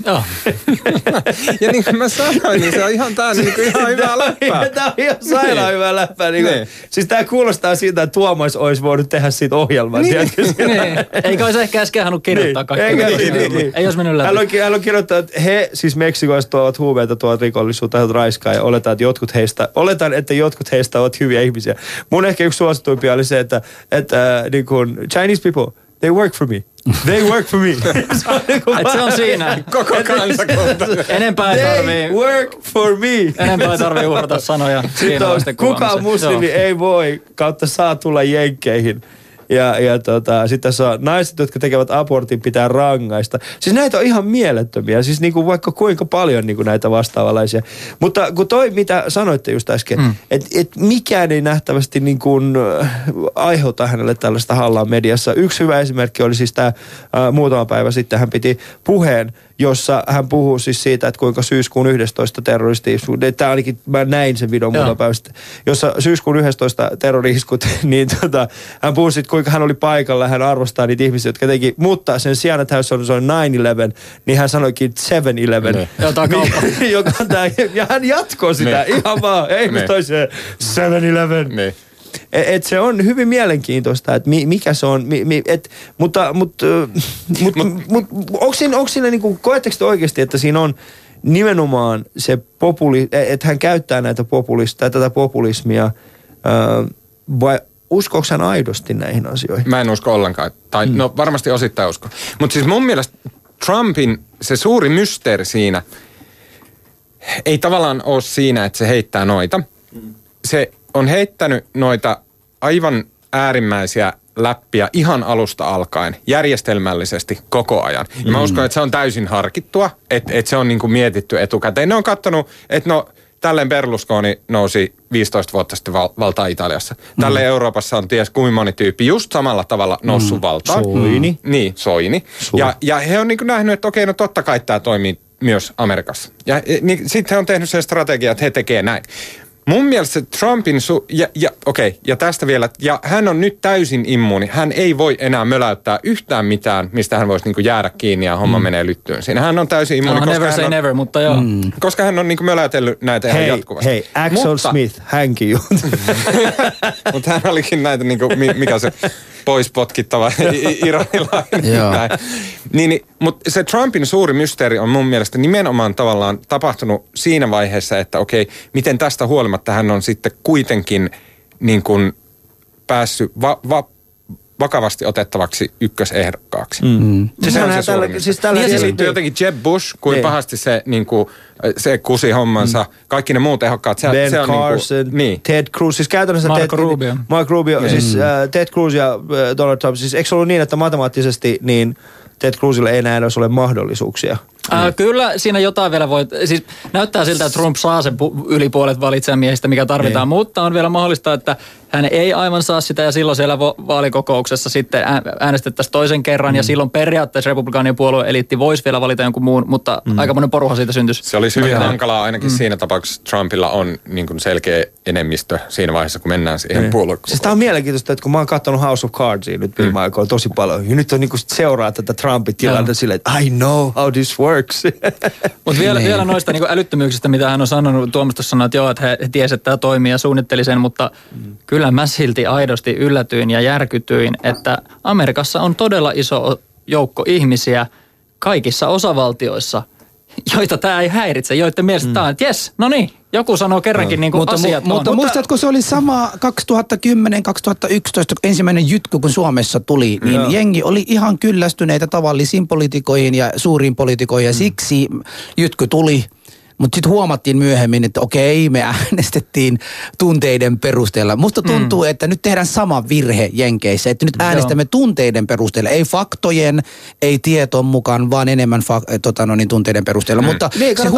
S5: Ja niin kuin mä sanoin, niin se on ihan ihan hyvä läppää.
S1: Tämä on ihan sairaan hyvä läppää. Siis tämä kuulostaa siltä, että Tuomas olisi voinut tehdä siitä ohjelmaa.
S4: Eikä olisi ehkä äsken halunnut kirjoittaa kaikkea. Ei olisi mennyt läpi.
S1: Hän on kirjoittanut, että he siis Meksikoissa tuovat huumeita, tuovat rikollisuutta, he raiskaa ja oletan, että jotkut heistä ovat hyviä ihmisiä. Mun ehkä yksi suosituimpia oli se, että niin kuin Chinese people, they work for me. They work for me.
S4: Se on siinä.
S5: Koko kansakunta.
S4: Enempää ei tarvii.
S1: They work for me.
S4: Enempää ei tarvii uhrata sanoja.
S1: Kukaan muslimi ei voi kautta saa tulla jenkkeihin. Ja sitten tässä on naiset, jotka tekevät abortin, pitää rangaista. Siis näitä on ihan mielettömiä. Siis niinku vaikka kuinka paljon niinku näitä vastaavanlaisia. Mutta kun toi, mitä sanoitte just äsken, että mikään ei nähtävästi niinku aiheuta hänelle tällaista hallaa mediassa. Yksi hyvä esimerkki oli siis tämä muutama päivä sitten hän piti puheen, jossa hän puhuu siis siitä, että kuinka syyskuun 11 terroristi-iskut, tämä ainakin, mä näin sen videon muutama päivä sitten, jossa syyskuun 11 terrori-iskut, niin hän puhuu sitten, kuinka hän oli paikalla, hän arvostaa niitä ihmisiä, jotka teki, mutta sen sijaan, että hän sanoi 9/11, niin hän sanoikin 7/11.
S4: Jotain kauppa.
S1: Ja hän jatkoi sitä ihan vaan, ei me toiseen 7/11. Et se on hyvin mielenkiintoista, että mikä se on, mutta onko siinä niinku, koetteko te oikeasti, että siinä on nimenomaan se että hän käyttää näitä tätä populismia, vai uskooko hän aidosti näihin asioihin?
S5: Mä en usko ollenkaan, tai no varmasti osittain usko. Mutta siis mun mielestä Trumpin se suuri mysteeri siinä ei tavallaan ole siinä, että se heittää noita. Se on heittänyt noita aivan äärimmäisiä läppiä ihan alusta alkaen, järjestelmällisesti koko ajan. Ja mä uskon, että se on täysin harkittua, että se on niin kuin mietitty etukäteen. Ne on katsonut, että tälleen Berlusconi nousi 15 vuotta sitten valtaan Italiassa. Tälleen Euroopassa on ties kuinka moni tyyppi just samalla tavalla noussut valtaan.
S1: Soini.
S5: Niin, Soini. Ja he on niin kuin nähnyt, että okei, no totta kai tämä toimii myös Amerikassa. Ja niin, sitten he on tehnyt sen strategian, että he tekee näin. Mun mielestä Trumpin, ja tästä vielä, ja hän on nyt täysin immuuni. Hän ei voi enää möläyttää yhtään mitään, mistä hän voisi niinku jäädä kiinni ja homma menee lyttyyn siinä. Hän on täysin immuuni.
S4: Never say never, mutta joo.
S5: Koska hän on niinku möläytellyt näitä ihan jatkuvasti.
S1: Hei, Axel Smith, hänkin juttu.
S5: Mutta hän olikin näitä, niinku, mikä se pois potkittava iranilainen. Mutta se Trumpin suuri mysteeri on mun mielestä nimenomaan tavallaan tapahtunut siinä vaiheessa, että okei, miten tästä huolimatta hän on sitten kuitenkin niin kuin päässyt vakavasti otettavaksi ykkösehdokkaaksi. Se on se suuri mysteeri. Ja se liittyy jotenkin Jeb Bush, kuin pahasti se, niin kuin, se kusi hommansa. Kaikki ne muut ehdokkaat.
S1: Ben Carson, niin Ted Cruz. Siis käytännössä Mark Rubio. Siis Ted Cruz ja Donald Trump. Siis eikö se ollut niin, että matemaattisesti niin Ted Cruzille ei enää edes ole mahdollisuuksia?
S4: Kyllä siinä jotain vielä voi, siis näyttää siltä, että Trump saa sen yli puolet valitsijamiehistä, mikä tarvitaan, mutta on vielä mahdollista, että hän ei aivan saa sitä ja silloin siellä vaalikokouksessa sitten äänestettäisiin toisen kerran ja silloin periaatteessa republikaanien puolueen eliitti voisi vielä valita jonkun muun, mutta aika monen poruha siitä syntyisi.
S5: Se olisi hyvin hankalaa ainakin siinä tapauksessa, että Trumpilla on niin kuin selkeä enemmistö siinä vaiheessa, kun mennään siihen puoluekokoukseen.
S1: Siis tämä on mielenkiintoista, että kun mä oon katsonut House of Cardsia nyt viime aikoina tosi paljon, ja nyt on niin kuin seuraa tätä Trumpin tilannetta silleen, että I know how this works.
S4: Mutta vielä noista niin kuin älyttömyyksistä, mitä hän on sanonut, Tuomas sanoi, että joo, että he tiesi, että tämä toimii ja suunnitteli sen, mutta kyllä mä silti aidosti yllätyin ja järkytyin, että Amerikassa on todella iso joukko ihmisiä kaikissa osavaltioissa, joita tämä ei häiritse, joiden mielestä tämä on, että jes, no niin, joku sanoo kerrankin niin kuin asiat on.
S3: Mutta muistatko, se oli sama 2010-2011, ensimmäinen jytky, kun Suomessa tuli, niin jengi oli ihan kyllästyneitä tavallisiin poliitikoihin ja suuriin poliitikoihin, ja siksi jytky tuli. Mutta sitten huomattiin myöhemmin, että okei, me äänestettiin tunteiden perusteella. Musta tuntuu, että nyt tehdään sama virhe Jenkeissä, että nyt äänestämme tunteiden perusteella. Ei faktojen, ei tieton mukaan, vaan enemmän tunteiden perusteella. Mutta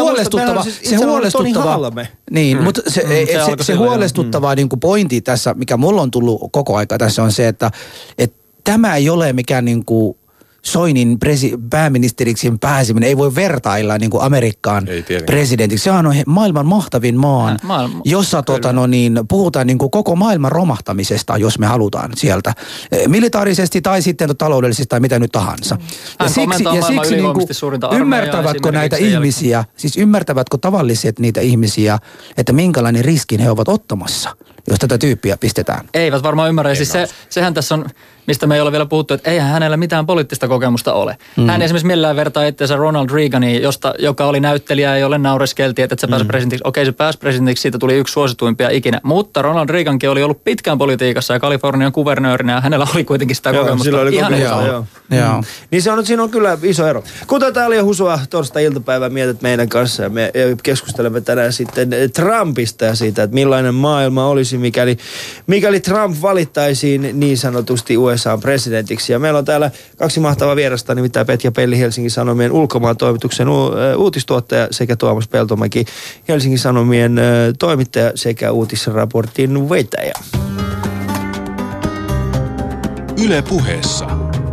S3: se huolestuttava niin kuin pointti tässä, mikä mulla on tullut koko aika tässä on se, että tämä ei ole mikään niin kuin Soinin pääministeriksi pääseminen ei voi vertailla niin kuin Amerikkaan presidentiksi. Sehän on maailman mahtavin maan, jossa puhutaan niin kuin koko maailman romahtamisesta, jos me halutaan sieltä. Militaarisesti tai sitten taloudellisesti tai mitä nyt tahansa.
S4: Ja siksi niin kuin,
S3: ymmärtävätkö näitä ihmisiä, siis ymmärtävätkö tavalliset niitä ihmisiä, että minkälainen riskin he ovat ottamassa, jos tätä tyyppiä pistetään?
S4: Eivät varmaan ymmärrä. Siis sehän tässä on, mistä me ei ole vielä puhuttu, että eihän hänellä mitään poliittista kokemusta ole. Hän esimerkiksi millään vertaa itseänsä Ronald Reaganiin, joka oli näyttelijä, jolle naureskeltiin, että se pääsi presidentiksi. Okei, se pääsi presidentiksi, siitä tuli yksi suosituimpia ikinä. Mutta Ronald Reagankin oli ollut pitkään politiikassa ja Kalifornian kuvernöörinä ja hänellä oli kuitenkin sitä kokemusta.
S1: Ihan niin siinä on kyllä iso ero. Kuten täällä ja Husua torstai-iltapäivää mietät meidän kanssa ja me keskustelemme tänään sitten Trumpista ja siitä, että millainen maailma olisi, mikäli Trump valittaisiin niin sanotusti USA-presidentiksi. Ja meillä on täällä kaksi mahtavaa vierasta, nimittäin Petja Pelli, Helsingin Sanomien ulkomaan toimituksen uutistuottaja sekä Tuomas Peltomäki, Helsingin Sanomien toimittaja sekä uutisraportin vetäjä.
S2: Yle Puheessa.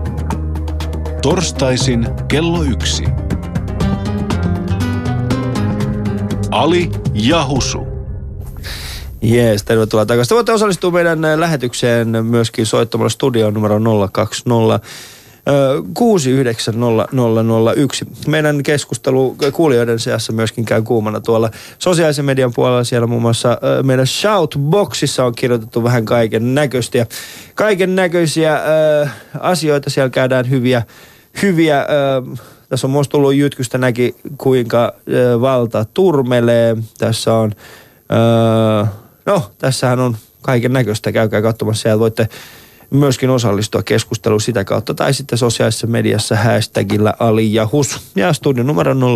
S2: Torstaisin kello 1. Ali ja Husu.
S1: Jees, tervetuloa takaisin. Voitte osallistua meidän lähetykseen myöskin soittamalla studion numero 020 69001. Meidän keskustelu kuulijoiden seassa myöskin käy kuumana tuolla sosiaalisen median puolella. Siellä muun muassa meidän Shoutboxissa on kirjoitettu vähän kaiken näköistä. Kaiken näköisiä asioita. Siellä käydään hyviä tässä on muista tullut jytkystä näki, kuinka valta turmelee. Tässä on tässähän on kaiken näköistä. Käykää katsomassa. Siellä voitte myöskin osallistua keskusteluun sitä kautta. Tai sitten sosiaalisessa mediassa hashtagillä Ali ja Husu. Ja studion numero 020690001.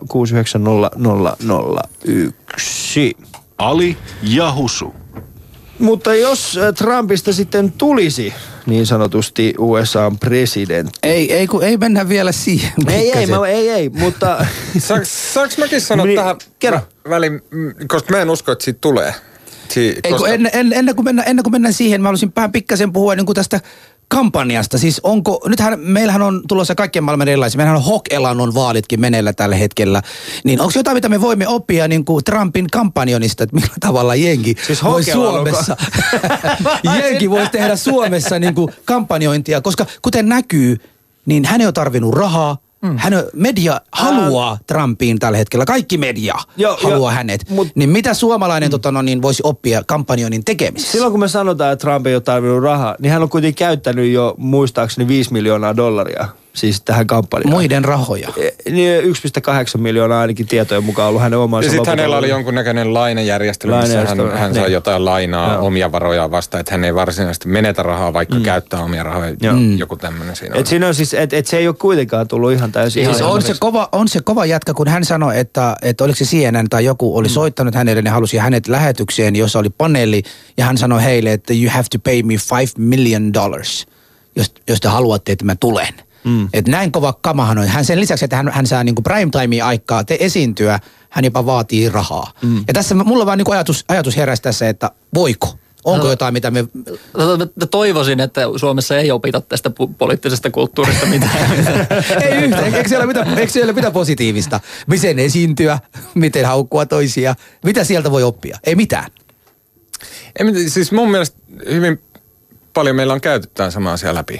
S2: Ali ja Husu.
S1: Mutta jos Trumpista sitten tulisi niin sanotusti USA:n presidentti.
S3: Ei mennä vielä siihen.
S1: Ei, mutta...
S5: Saanko mäkin sanoa tähän väliin, koska mä en usko, että siitä tulee.
S3: Ennen kuin mennään siihen, mä haluaisin pikkasen puhua niin kuin tästä kampanjasta. Siis meillähän on tulossa kaikkien maailman erilaisia. Meillähän on Hok-Elannon vaalitkin meneillä tällä hetkellä. Niin onko jotain, mitä me voimme oppia niin kuin Trumpin kampanjonista, että millä tavalla jengi siis voi Suomessa, jengi voisi tehdä Suomessa niin kuin kampanjointia, koska kuten näkyy, niin hän ei ole tarvinnut rahaa. Media haluaa Trumpiin tällä hetkellä. Kaikki media haluaa hänet. Niin mitä suomalainen niin voisi oppia kampanjoinnin tekemisessä?
S1: Silloin kun me sanotaan, että Trump ei ole tarvinnut rahaa, niin hän on kuitenkin käyttänyt jo muistaakseni $5 miljoonaa. Siis tähän kampanjaan.
S3: Muiden rahoja.
S1: 1,8 miljoonaa ainakin tietojen mukaan ollut hänen omansa.
S5: Ja sitten hänellä oli jonkunnäköinen lainajärjestely, missä hän sai jotain lainaa omia varojaan vastaan, että hän ei varsinaisesti menetä rahaa, vaikka käyttää omia rahoja. Joku tämmöinen siinä on.
S1: Siinä on siis, että se ei ole kuitenkaan tullut ihan täysin.
S3: Siis on se kova jätkä, kun hän sanoi, että oliko se CNN tai joku oli soittanut hänelle, ne halusi hänet lähetykseen, jossa oli paneeli, ja hän sanoi heille, että you have to pay me $5 million, jos te haluatte, että mä tulen. Että näin kova kamahan on. Hän sen lisäksi, että hän saa niinku prime-timea aikaa esiintyä, hän jopa vaatii rahaa. Ja tässä mulla vaan niinku ajatus heräsi tässä, että voiko? Onko jotain, mitä me...
S4: Toivoisin, että Suomessa ei opita tästä poliittisesta kulttuurista mitään.
S3: Ei yhtään. Eikö siellä ole mitään positiivista? Miten esiintyä? Miten haukkua toisia? Mitä sieltä voi oppia? Ei mitään.
S5: Siis mun mielestä hyvin paljon meillä on käyty tämän samaa asiaa läpi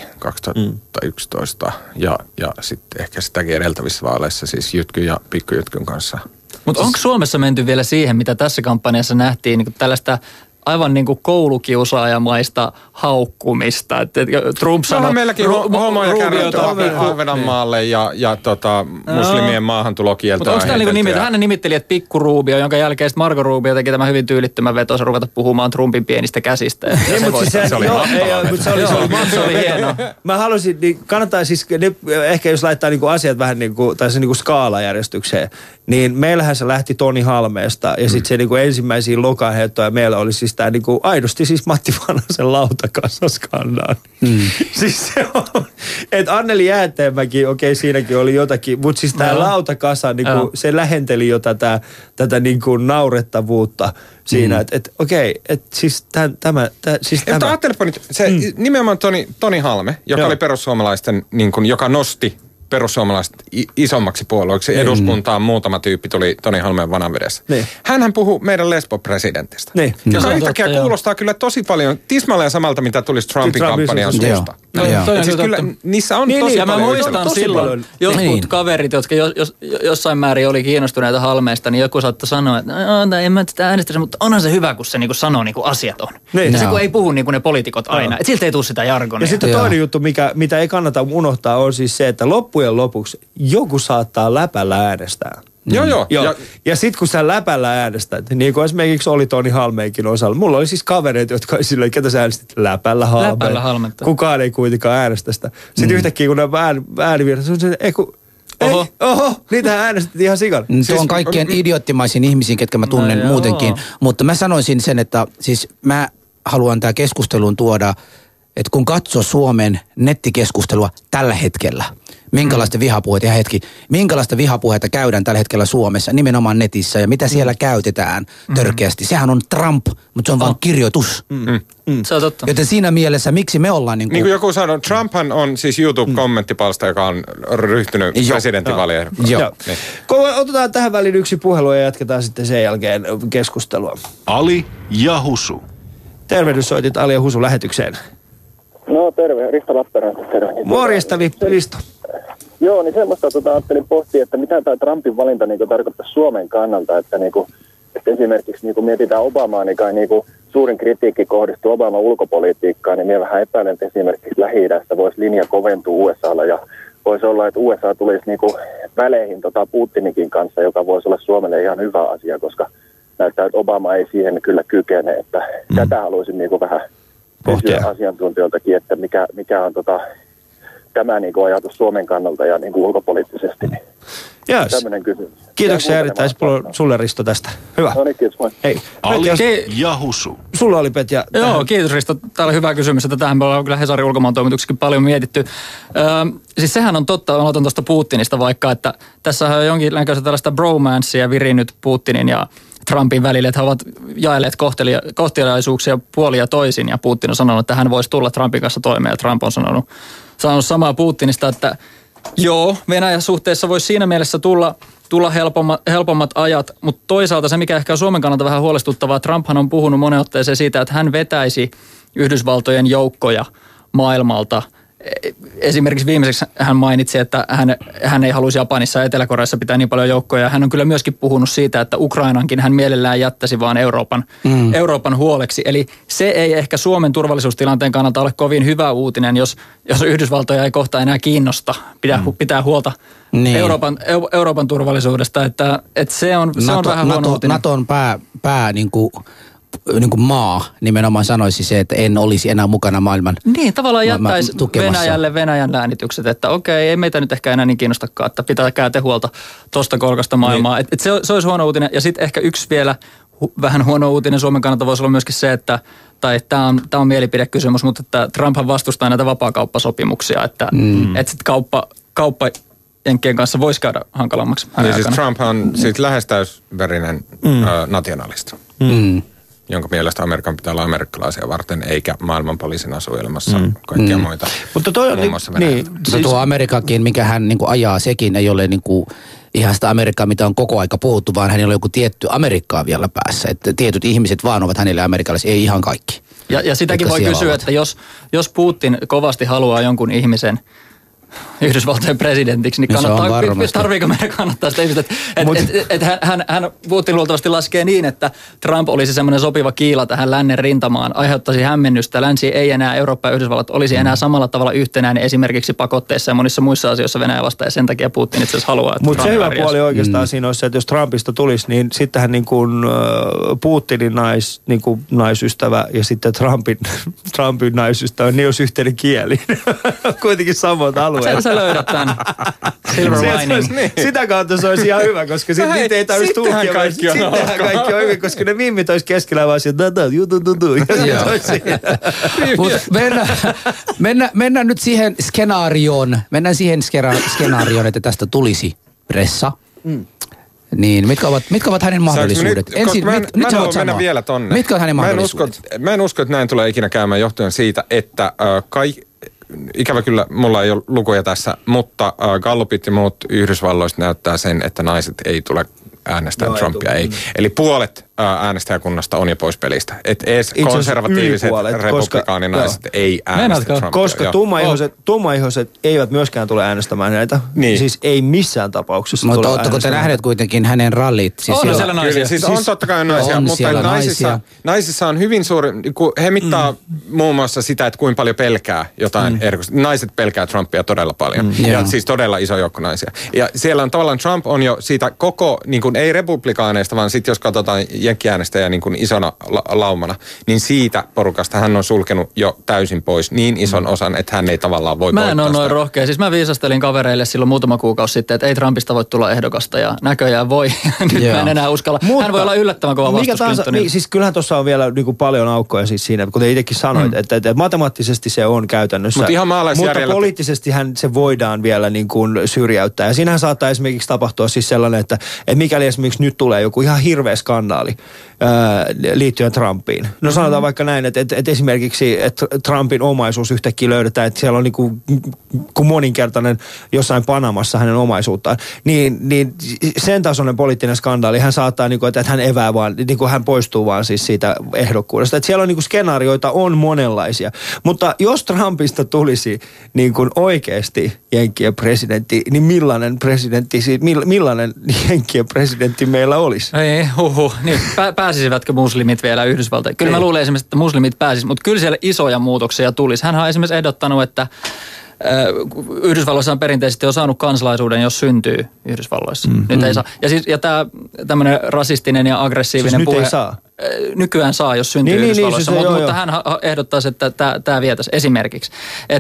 S5: 2011 ja sitten ehkä sitäkin edeltävissä vaaleissa siis Jytkyn ja Pikkujytkyn kanssa.
S4: Mutta onko Suomessa menty vielä siihen, mitä tässä kampanjassa nähtiin, niin tällaista aivan niin kuin koulukiusaajamaista haukkumista. Että Trump sanoi...
S5: meilläkin homoja käännetty Ahvenanmaalle ja muslimien maahantulokieltoa.
S4: Mutta onko tämä hän nimitteli, että Pikku Rubio, jonka jälkeen Marco Rubio teki tämän hyvin tyylittömän vetonsa ruveta puhumaan Trumpin pienistä käsistä.
S1: Se oli hienoa. Mä halusin, niin kannattaa siis, ehkä jos laittaa niinku asiat vähän niinku, tai se niinku skaalajärjestykseen, niin meillähän se lähti Toni Halmeesta ja sitten se niinku ensimmäisiä lokaheittoja meillä oli siis tämä niinku aidosti siis Matti Vanhasen lautakasaskandaali. Siis se on, että Anneli Jäätteenmäki, okei siinäkin oli jotakin, mutta siis tämä lautakasa, niinku, se lähenteli jo tätä niinku naurettavuutta siinä, että okei, että siis tämä.
S5: Mutta ajattelepa nyt, se nimenomaan Toni Halme, joka oli perussuomalaisten, niin kuin, joka nosti perussuomalaiset isommaksi puolueeksi eduskuntaan. Muutama tyyppi tuli Toni Halmeen vananvedessä. Hänhän puhui meidän lesbo-presidentistä. Joka yhtäkkiä kuulostaa kyllä tosi paljon tismalleen samalta, mitä tulisi Trumpin kampanjan suusta. Siis kyllä niissä on tosi paljon.
S4: Ja mä muistan silloin jotkut kaverit, jotka jossain määrin oli kiinnostuneita Halmeesta, niin joku saattoi sanoa, että en mä sitä äänestäisi, mutta onhan se hyvä, kun se niinku sanoo niinku asiat on. Ja se kun ei puhu niinku ne poliitikot aina. Että siltä ei tule sitä jargonia.
S1: Ja sitten toinen juttu, mitä ei kannata unohtaa, on siis se, että loppujen lopuksi joku saattaa läpällä äänestää.
S5: Joo.
S1: Ja sitten kun sä läpällä äänestät, niin kuin esimerkiksi oli Toni Halmeenkin osalla. Mulla oli siis kavereita, jotka oli silleen, ketä sä äänestit? Läpällä Halmeenta. Kukaan ei kuitenkaan äänestä sitä. Sitten yhtäkkiä kun ne äänivirrat, se on se, Oho, niitähän äänestettiin ihan sikan.
S3: Se on kaikkien idioottimaisin ihmisiin, ketkä mä tunnen muutenkin. Mutta mä sanoisin sen, että siis mä haluan tää keskusteluun tuoda, että kun katsoo Suomen nettikeskustelua tällä hetkellä, minkälaista vihapuheita käydään tällä hetkellä Suomessa, nimenomaan netissä, ja mitä siellä käytetään törkeästi. Sehän on Trump, mutta se on vaan kirjoitus.
S4: Se on totta.
S3: Joten siinä mielessä, miksi me ollaan
S5: niin kuin joku sanoi, Trumphan on siis YouTube-kommenttipalsta, joka on ryhtynyt presidentinvaalien.
S1: Joo. Niin. Otetaan tähän väliin yksi puhelu ja jatketaan sitten sen jälkeen keskustelua.
S2: Ali ja Husu.
S1: Tervehdys, soitit Ali ja Husu lähetykseen.
S6: No terve, Risto Lappeenranta, terve.
S1: Morjesta, Risto.
S6: Joo, niin semmoista ajattelin pohtia, että mitä tämä Trumpin valinta tarkoittaa Suomen kannalta, että esimerkiksi mietitään Obamaa, niin kai suurin kritiikki kohdistuu Obaman ulkopolitiikkaan, niin minä vähän epäilen, että esimerkiksi Lähi-idästä voisi linja koventua USAlla ja voisi olla, että USA tulisi väleihin Putinikin kanssa, joka voisi olla Suomelle ihan hyvä asia, koska näyttää, että Obama ei siihen kyllä kykene, että tätä haluaisin vähän kysyä asiantuntijoiltakin, että mikä on tämä ajatus Suomen kannalta ja ulkopoliittisesti.
S1: Yes.
S6: Tämmöinen kysymys.
S1: Kiitoksia erittäin sulle Risto tästä. Hyvä.
S6: No niin, kiitos.
S1: Hei.
S2: Ali ja Husu.
S1: sulla oli Petja.
S4: Joo, kiitos Risto. Täällä on hyvä kysymys, että tähän me ollaan kyllä Hesarin ulkomaantoimituksikin paljon mietitty. Siis sehän on totta, mä otan tuosta Putinista vaikka, että tässä on jonkinlaista tällaista bromancea virinnyt Putinin ja Trumpin välillä, että he ovat jaelleet kohteliaisuuksia puolia toisin, ja Putin on sanonut, että hän voisi tulla Trumpin kanssa toimeen, ja Trump on sanonut samaa Putinista, että joo, Venäjän suhteessa voisi siinä mielessä tulla helpommat ajat, mutta toisaalta se, mikä ehkä on Suomen kannalta vähän huolestuttavaa, Trumphan on puhunut monen otteeseen siitä, että hän vetäisi Yhdysvaltojen joukkoja maailmalta. Esimerkiksi viimeiseksi hän mainitsi, että hän ei haluaisi Japanissa ja Etelä-Koreassa pitää niin paljon joukkoja. Hän on kyllä myöskin puhunut siitä, että Ukrainankin hän mielellään jättäisi vaan Euroopan huoleksi. Eli se ei ehkä Suomen turvallisuustilanteen kannalta ole kovin hyvä uutinen, jos Yhdysvaltoja ei kohta enää kiinnosta pitää huolta Euroopan turvallisuudesta. Että se on vähän huono uutinen.
S3: Naton pää niin kuin maa nimenomaan sanoisi se, että en olisi enää mukana maailman
S4: niin, tavallaan jättäisi Venäjälle Venäjän läänitykset, että okei, ei meitä nyt ehkä enää niin kiinnostakaan, että pitäkää te huolta tuosta kolkasta maailmaa. Niin. Se olisi huono uutinen. Ja sitten ehkä yksi vielä vähän huono uutinen Suomen kannalta voisi olla myöskin se, että tämä on mielipidekysymys, mutta että Trumphan vastustaa näitä vapaakauppasopimuksia, että sitten kauppa Jenkkien kanssa voisi käydä hankalammaksi.
S5: Niin siis Trump on siis lähes täysverinen nationalisti. Jonka mielestä Amerikan pitää olla amerikkalaisia varten, eikä maailman poliisina suojelemassa kaikkia muita.
S1: Mutta toi on
S3: siis tuo Amerikakin, mikä hän niin kuin ajaa, sekin ei ole niin kuin ihan sitä Amerikkaa, mitä on koko aika puhuttu, vaan hänellä on joku tietty Amerikkaa vielä päässä. Että tietyt ihmiset vaan ovat hänelle amerikkalaisia, ei ihan kaikki.
S4: Ja sitäkin voi kysyä, että jos Putin kovasti haluaa jonkun ihmisen Yhdysvaltojen presidentiksi, niin tarviiko meidän kannattaa sitä ihmistä, että hän Putin luultavasti laskee niin, että Trump olisi semmoinen sopiva kiila tähän lännen rintamaan, aiheuttaisi hämmennystä, länsi ei enää, Eurooppa ja Yhdysvallat olisi enää samalla tavalla yhtenäinen esimerkiksi pakotteissa ja monissa muissa asioissa Venäjä vastaan, ja sen takia Putin itse asiassa haluaa, että
S1: mutta se hyvä puoli oikeastaan siinä olisi se, että jos Trumpista tulisi, niin sittenhän niin kuin Putinin naisystävä ja sitten Trumpin naisystävä, niin olisi yhteinen kieli. Kuitenkin samat alueet.
S4: Sä löydät tämän silver lining.
S1: Sitä kautta se olisi ihan hyvä, koska sitten niitä ei tarvitsisi tulkia. Sittenhän kaikki on hyvin, koska ne mimmit olisi keskellä vaan sieltä,
S3: Mennään nyt siihen skenaarioon. Että tästä tulisi pressa. Niin, mitkä ovat hänen mahdollisuudet?
S5: Mä haluan mennä vielä tonne.
S3: Mitkä ovat hänen mahdollisuudet?
S5: Mä en usko, että näin tulee ikinä käymään johtuen siitä, että ikävä kyllä, mulla ei ole lukuja tässä, mutta Gallupit ja muut Yhdysvalloista näyttää sen, että naiset ei tule äänestää Trumpia. Ei. Eli puolet äänestäjäkunnasta on jo pois pelistä. Että edes konservatiiviset republikaaninaiset ei äänestä Trumpia.
S1: Koska tummaihoiset eivät myöskään tule äänestämään näitä.
S5: Niin.
S1: Siis ei missään tapauksessa
S3: mutta ootteko te nähneet kuitenkin hänen rallit?
S4: Siis on siellä naisia.
S5: Siis on totta kai naisia, mutta naisissa on hyvin suuri, kun he mittaa muun muassa sitä, että kuinka paljon pelkää jotain erikoista. Naiset pelkää Trumpia todella paljon. Ja siis todella iso joukko naisia. Ja siellä on tavallaan Trump on jo siitä koko, niin kuin ei republikaaneista, vaan sitten jos katsotaan jenkkiäänestäjä niin kuin isona laumana, niin siitä porukasta hän on sulkenut jo täysin pois niin ison osan, että hän ei tavallaan voi
S4: Mä en ole noin rohkea. Siis mä viisastelin kavereille silloin muutama kuukausi sitten, että ei Trumpista voi tulla ehdokasta ja näköjään voi. Nyt mä en enää uskalla. Hän voi olla yllättävän kova vastus Clintonille.
S1: Niin, siis kyllähän tuossa on vielä niin kuin paljon aukkoja siis siinä, kuten itsekin sanoit, että matemaattisesti se on käytännössä. Mutta poliittisesti se voidaan vielä niin kuin syrjäyttää. Ja siinähän saattaa esimerkiksi tapahtua siis sellainen, että mikäli esimerkiksi nyt tulee joku ihan hirveä skandaali liittyen Trumpiin. No sanotaan vaikka näin, että esimerkiksi että Trumpin omaisuus yhtäkkiä löydetään, että siellä on niin kuin moninkertainen jossain Panamassa hänen omaisuuttaan. Niin sen tasoinen poliittinen skandaali, hän saattaa, niin kuin, että hän evää vaan, niin kuin hän poistuu vaan siis siitä ehdokkuudesta. Että siellä on niin kuin skenaarioita on monenlaisia. Mutta jos Trumpista tulisi niin kuin oikeasti Jenkkien presidentti, niin millainen Jenkkien presidentti meillä olisi?
S4: Ei, niin pääsisivätkö muslimit vielä Yhdysvaltoihin? Kyllä mä luulen esimerkiksi, että muslimit pääsisivät, mutta kyllä siellä isoja muutoksia tulisi. Hän on esimerkiksi ehdottanut, että Yhdysvalloissa on perinteisesti jo saanut kansalaisuuden, jos syntyy Yhdysvalloissa. Nyt ei saa. Ja tämä tämmöinen rasistinen ja aggressiivinen puhe.
S1: Nyt ei saa.
S4: Nykyään saa, jos syntyy Yhdysvalloissa, mutta hän ehdottaisi, että tämä vietäisi esimerkiksi.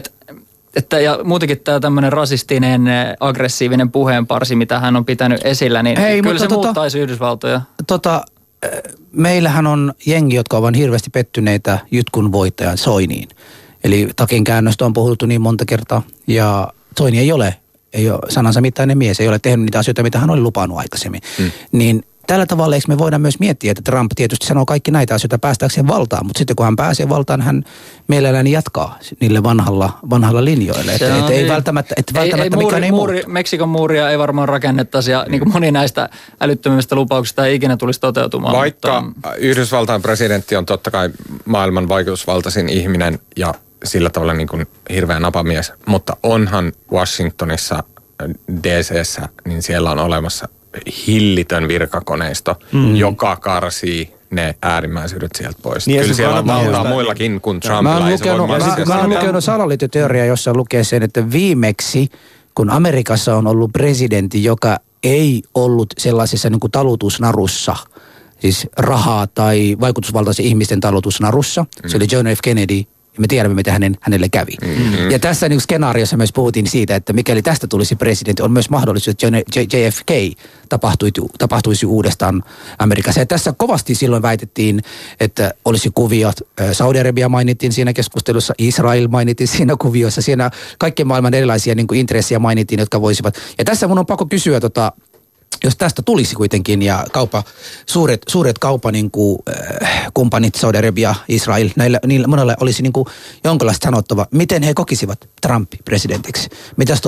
S4: Ja muutenkin tämä tämmöinen rasistinen, aggressiivinen puheenparsi, mitä hän on pitänyt esillä, niin kyllä se muuttaisi Yhdysvaltoja.
S3: meillähän on jengi, jotka ovat hirveästi pettyneitä Jytkun voittajan Soiniin. Eli takin käännöstä on puhuttu niin monta kertaa ja Soini ei ole sanansa mittainen mies, ei ole tehnyt niitä asioita, mitä hän oli lupannut aikaisemmin. Niin tällä tavalla eikö me voidaan myös miettiä, että Trump tietysti sanoo kaikki näitä asioita päästäkseen valtaan, mutta sitten kun hän pääsee valtaan, hän mielellään jatkaa niille vanhalla linjoille. Että ei välttämättä mikään ei muutu.
S4: Meksikon muuria ei varmaan rakennettaisi ja niin kuin moni näistä älyttömistä lupauksista ei ikinä tulisi toteutumaan.
S5: Vaikka Yhdysvaltain presidentti on totta kai maailman vaikutusvaltaisin ihminen ja sillä tavalla niin kuin hirveä napamies, mutta onhan Washingtonissa, DC:ssä, niin siellä on olemassa hillitön virkakoneisto, joka karsii ne äärimmäisyydet sieltä pois. Niin, kyllä siellä on valtaa muillakin kuin Trumpilla.
S3: Mä oon lukenut salaliittoteoriaa, jossa lukee sen, että viimeksi, kun Amerikassa on ollut presidentti, joka ei ollut sellaisessa niin kuin talutusnarussa, siis rahaa tai vaikutusvaltaisen ihmisten talutusnarussa, se oli John F. Kennedy. Me tiedämme, mitä hänelle kävi. Mm-hmm. Ja tässä niin skenaariossa myös puhuttiin siitä, että mikäli tästä tulisi presidentti, on myös mahdollisuus, että JFK tapahtuisi uudestaan Amerikassa. Ja tässä kovasti silloin väitettiin, että olisi kuviot. Saudi-Arabia mainittiin siinä keskustelussa, Israel mainittiin siinä kuviossa. Siinä kaikkien maailman erilaisia niin kuin intressejä mainittiin, jotka voisivat. Ja tässä mun on pakko kysyä, jos tästä tulisi kuitenkin ja suuret kaupan niin kuin, kumppanit, Saudi-Arabia, Israel, niillä monella olisi niin kuin jonkinlaista sanottava, miten he kokisivat Trumpin presidentiksi. Mitäs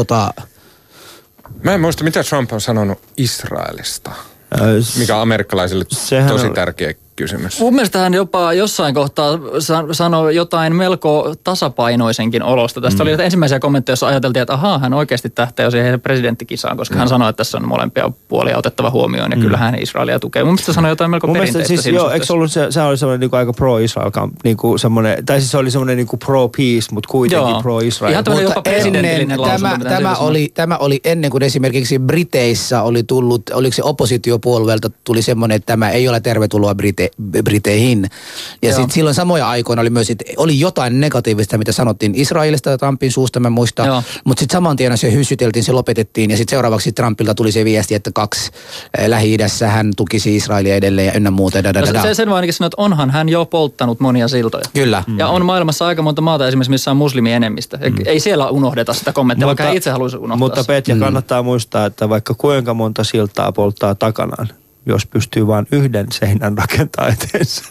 S5: Mä en muista, mitä Trump on sanonut Israelista, mikä on amerikkalaisille tosi tärkeä kysymys.
S4: Mun mielestä hän jopa jossain kohtaa sanoi jotain melko tasapainoisenkin olosta. Tästä oli ensimmäisiä kommentteja, jossa ajateltiin, että hän oikeasti tähtää jo siihen presidenttikisaan, koska hän sanoi, että tässä on molempia puolia otettava huomioon ja kyllähän hän Israelia tukee. Mun mielestä sanoi jotain melko perinteistä.
S1: Siis, joo, eikö ollut se oli semmoinen niin aika pro-Israel, niin kuin semmoinen, tai siis se oli semmoinen niin kuin pro-peace, mutta kuitenkin pro-Israel.
S4: Ihan tämmöinen jopa presidentillinen lausunto.
S3: Tämä oli ennen kuin esimerkiksi Briteissä oli tullut, oliko se oppositiopuolueelta tuli semmoinen, että tämä ei ole tervetuloa Briteihin. Ja sitten silloin samoja aikoina oli myös, että oli jotain negatiivista, mitä sanottiin Israelista ja Trumpin suusta, mä muistan. Mutta sitten saman tien se hyssyteltiin, se lopetettiin. Ja sitten seuraavaksi Trumpilta tuli se viesti, että 2 Lähi-idässä hän tukisi Israelia edelleen ja ynnä muuta.
S4: Sen voi ainakin sanoa, että onhan hän jo polttanut monia siltoja.
S3: Kyllä.
S4: Ja on maailmassa aika monta maata esimerkiksi, missä on muslimienemmistö. Ei siellä unohdeta sitä kommenttia, vaikka hän itse haluaisi unohtaa.
S1: Mutta Petja, kannattaa muistaa, että vaikka kuinka monta siltaa polttaa takanaan, jos pystyy vain yhden seinän rakentaa eteensä.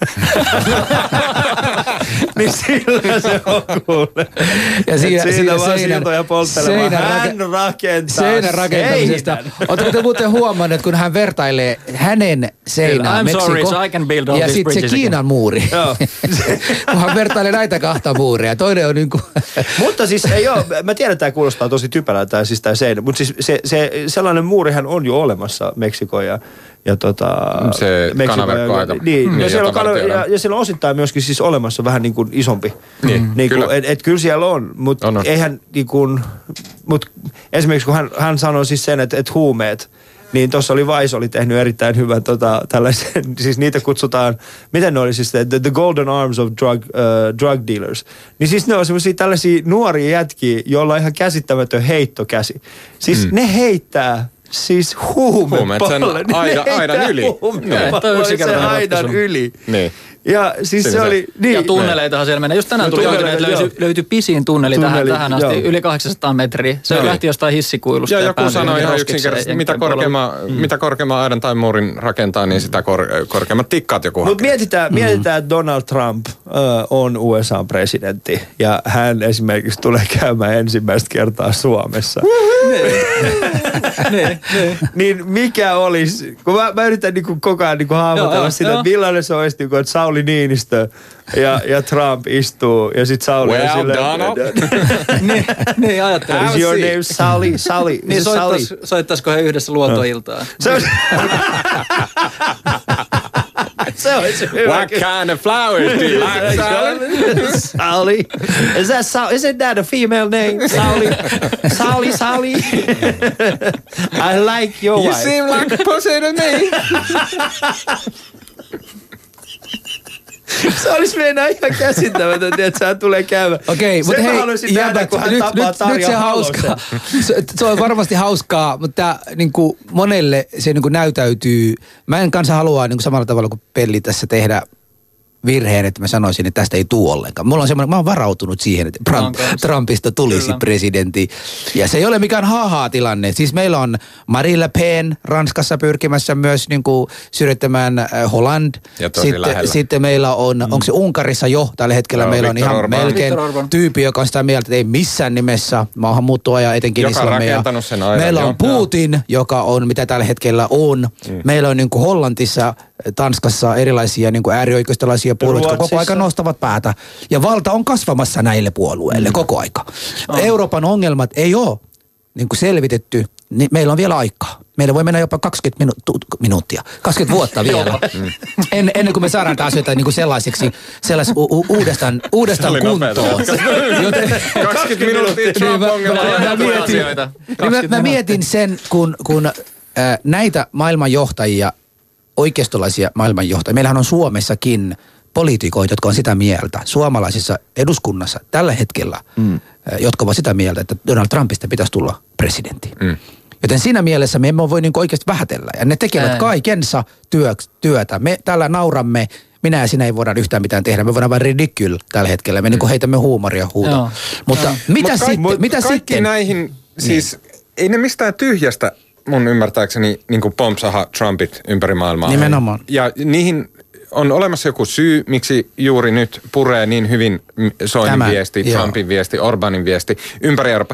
S1: niin sillä se on kuule.
S3: Ja
S1: siinä vaan siltoja polttelemaan. Hän rakentaa
S3: seinän rakentamisesta. Oletteko te muuten huomanneet, kun hän vertailee hänen seinään Meksiko ja sitten se Kiinan muuri. kun hän vertailee näitä 2 muuria. Toinen on niin kuin...
S1: Mutta siis ei ole, mä tiedän, että tämä kuulostaa tosi typälältä, siis tämä seinä. Mutta siis se sellainen muurihan on jo olemassa Meksikon ja
S5: se kanaverkkoaita.
S1: Niin, ja siellä on osittain myöskin siis olemassa vähän niin kuin isompi. Niin
S5: kyllä.
S1: Et kyllä siellä on, mutta eihän niin kuin, esimerkiksi kun hän sanoi siis sen, että huumeet, niin tuossa oli Vice oli tehnyt erittäin hyvän tällaisen, siis niitä kutsutaan, miten ne oli siis, the golden arms of drug dealers. Niin siis ne on semmoisia tällaisia nuoria jätkiä, joilla on ihan käsittämätön heittokäsi. Siis ne heittää siis huumepalle.
S5: Aidan yli.
S1: Se aidan yli.
S5: Niin.
S1: Ja siis se oli... Niin.
S4: Ja tunneleitahan siellä menee. Just tänään tuli löytyi pisin tunneli tähän asti, yli 800 metriä. Se lähti jostain hissikuilusta.
S5: Ja joku sanoi ihan yksinkertaisesti, mitä korkeamman aidan tai muurin rakentaa, niin sitä korkeammat tikkaat joku hakee.
S1: Mutta mietitään, että Donald Trump on USA:n-presidentti ja hän esimerkiksi tulee käymään ensimmäistä kertaa Suomessa. Niin mikä olisi, kun mä yritän niinku koko ajan niinku hahmotella sitä, että millainen se olisi, niinku, että Sauli Niinistö ja Trump istuu ja sit Sauli on silleen...
S5: Donald.
S4: niin ajattelin.
S1: Is your name Sally?
S4: Niin soittaisiko he yhdessä luontoiltaan?
S1: Se olisi hyvä.
S5: What kind of flowers do you like, Sally?
S1: Sally. Isn't that a female name? Sally. I like your wife.
S5: You seem like a pussy to me.
S1: Se olisi meinaa ihan käsittämätöntä, että sä tulee käymään.
S3: Okei, mutta hei,
S1: nyt
S3: se hauskaa. Se on varmasti hauskaa, mutta niinku monelle se niinku näytäytyy. Mä en kanssa halua niinku samalla tavalla kuin Pelli tässä tehdä virheen, että mä sanoisin, että tästä ei tule ollenkaan. Mä oon varautunut siihen, että Trumpista tulisi presidentti. Ja se ei ole mikään tilanne. Siis meillä on Marine Le Pen Ranskassa pyrkimässä myös niin kuin syrjittämään Holland. Sitten meillä on, onko se Unkarissa jo tällä hetkellä, meillä on
S5: Viktor
S3: ihan
S5: Orban.
S3: melkein tyyppi, joka on sitä mieltä, että ei missään nimessä maahanmuuttoa ja etenkin islamia. Meillä on Putin, joka on, mitä tällä hetkellä on. Meillä on niin kuin Hollantissa, Tanskassa erilaisia niin kuin äärioikeistolaisia puolueita, jotka koko aika nostavat päätä. Ja valta on kasvamassa näille puolueille koko aika. Euroopan ongelmat ei ole niin kuin selvitetty, niin meillä on vielä aikaa. Meillä voi mennä jopa 20 minuuttia, 20 vuotta vielä. Ennen kuin me saadaan taas jotain niin kuin sellaiseksi uudestaan kuntoon.
S5: 20 minuuttia Trump-ongelmaa.
S3: Mä mietin sen, kun näitä maailmanjohtajia, oikeistolaisia maailmanjohtajia, meillähän on Suomessakin poliitikoita, jotka on sitä mieltä, suomalaisessa eduskunnassa tällä hetkellä, jotka ovat sitä mieltä, että Donald Trumpista pitäisi tulla presidentti. Joten siinä mielessä me emme voi niin oikeasti vähätellä. Ja ne tekevät kaikensa työtä. Me täällä nauramme, minä ja sinä ei voida yhtään mitään tehdä. Me voidaan vain ridicule tällä hetkellä. Me niin heitämme huumoria huuta. Mutta mitä sitten?
S5: Näihin, siis ei ne mistään tyhjästä mun ymmärtääkseni niin kuin pompsaha Trumpit ympäri maailmaa.
S3: Nimenomaan.
S5: Ja niihin on olemassa joku syy, miksi juuri nyt puree niin hyvin Soinin viesti, Trumpin viesti, Orbanin viesti ympäri Eurooppaa.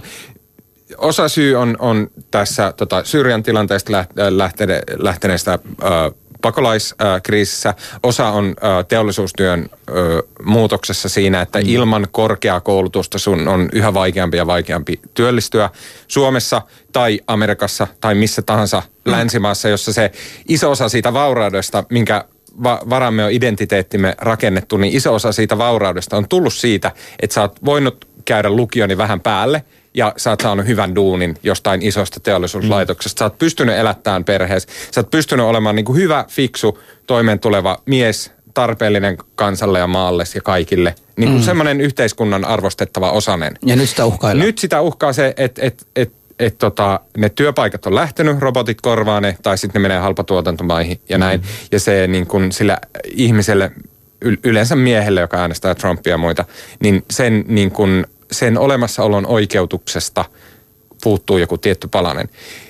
S5: Osa syy on tässä Syyrian tilanteesta lähteneestä pakolaiskriisissä. Osa on teollisuustyön muutoksessa siinä, että ilman korkeakoulutusta sun on yhä vaikeampi ja vaikeampi työllistyä Suomessa tai Amerikassa tai missä tahansa länsimaassa, jossa se iso osa siitä vauraudesta, minkä varamme on identiteettimme rakennettu, niin iso osa siitä vauraudesta on tullut siitä, että sä oot voinut käydä lukioni vähän päälle ja sä oot saanut hyvän duunin jostain isosta teollisuuslaitoksesta. Sä oot pystynyt elättämään perheessä. Sä oot pystynyt olemaan niin kuin hyvä, fiksu, toimeentuleva mies, tarpeellinen kansalle ja maalle ja kaikille. Niin kuin semmoinen yhteiskunnan arvostettava osanen.
S3: Ja nyt sitä uhkaillaan.
S5: Nyt sitä uhkaa se, että ne työpaikat on lähtenyt, robotit korvaa ne, tai sitten ne menee halpatuotantomaihin ja näin. Ja se niin kuin sillä ihmiselle, yleensä miehelle, joka äänestää Trumpia ja muita, niin sen olemassaolon oikeutuksesta puuttuu joku tietty palanen.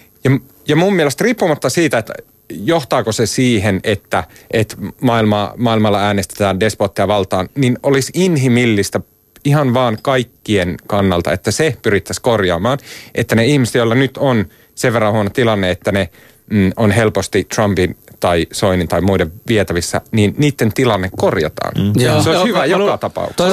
S5: Ja mun mielestä riippumatta siitä, että johtaako se siihen, että maailmalla äänestetään despotteja valtaan, niin olisi inhimillistä ihan vaan kaikkien kannalta, että se pyrittäisiin korjaamaan, että ne ihmiset, joilla nyt on sen verran huono tilanne, että ne on helposti Trumpin tai Soinin tai muiden vietävissä, niin niiden tilanne korjataan. Se olisi hyvä joka tapauksessa.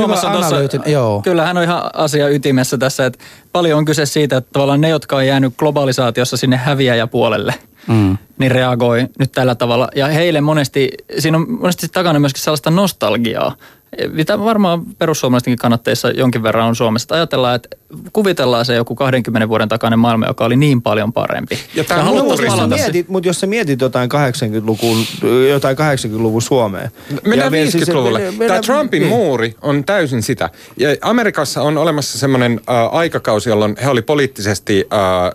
S4: Kyllä hän on ihan asia ytimessä tässä, että paljon on kyse siitä, että tavallaan ne, jotka on jäänyt globalisaatiossa sinne häviäjäpuolelle, niin reagoi nyt tällä tavalla. Ja heille siinä on monesti takana myöskin sellaista nostalgiaa, mitä varmaan perussuomalaistenkin kannatteissa jonkin verran on Suomessa. Ajatellaan, että kuvitellaan se joku 20 vuoden takainen maailma, joka oli niin paljon parempi.
S1: Mutta jos sä mietit jotain 80-luvun Suomeen.
S5: Mennään 50-luvulle. Tämä Trumpin muuri on täysin sitä. Ja Amerikassa on olemassa semmoinen aikakausi, jolloin he oli poliittisesti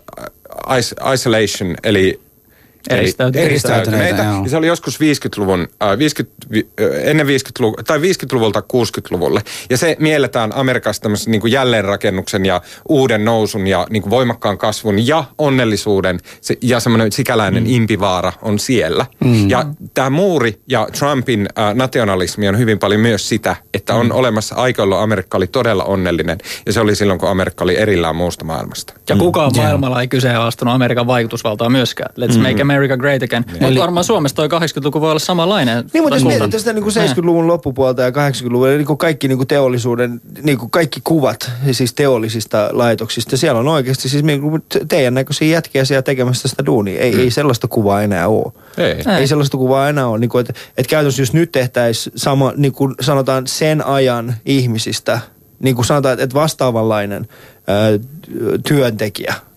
S5: isolation, eli eristäytyneitä. Ja se oli joskus 50-luvun, ennen 50-luvun, tai 50-luvulta 60-luvulle. Ja se mielletään Amerikassa tämmöisen niin kuin jälleenrakennuksen ja uuden nousun ja niin kuin voimakkaan kasvun ja onnellisuuden ja semmoinen sikäläinen impivaara on siellä. Ja tämä muuri ja Trumpin nationalismi on hyvin paljon myös sitä, että on olemassa aika, jolloin Amerikka oli todella onnellinen. Ja se oli silloin, kun Amerikka oli erillään muusta maailmasta.
S4: Ja kukaan maailmalla ei kyseenalaistanut Amerikan vaikutusvaltaa myöskään. Let's make America great again. Mutta varmaan Suomessa toi 80-luku voi olla samanlainen.
S1: Niin, mutta jos mietit tästä niin 70-luvun loppupuolta ja 80-luvun, niin kaikki niin teollisuuden, niin kaikki kuvat siis teollisista laitoksista, siellä on oikeasti siis teidän näköisiä jätkiä siellä tekemässä sitä duunia. Ei sellaista kuvaa enää ole. Ei sellaista kuvaa enää ole. Niin kuin, että käytännössä jos nyt tehtäisiin sama, niin kuin sanotaan sen ajan ihmisistä, niin kuin sanotaan, että vastaavanlainen työntekijä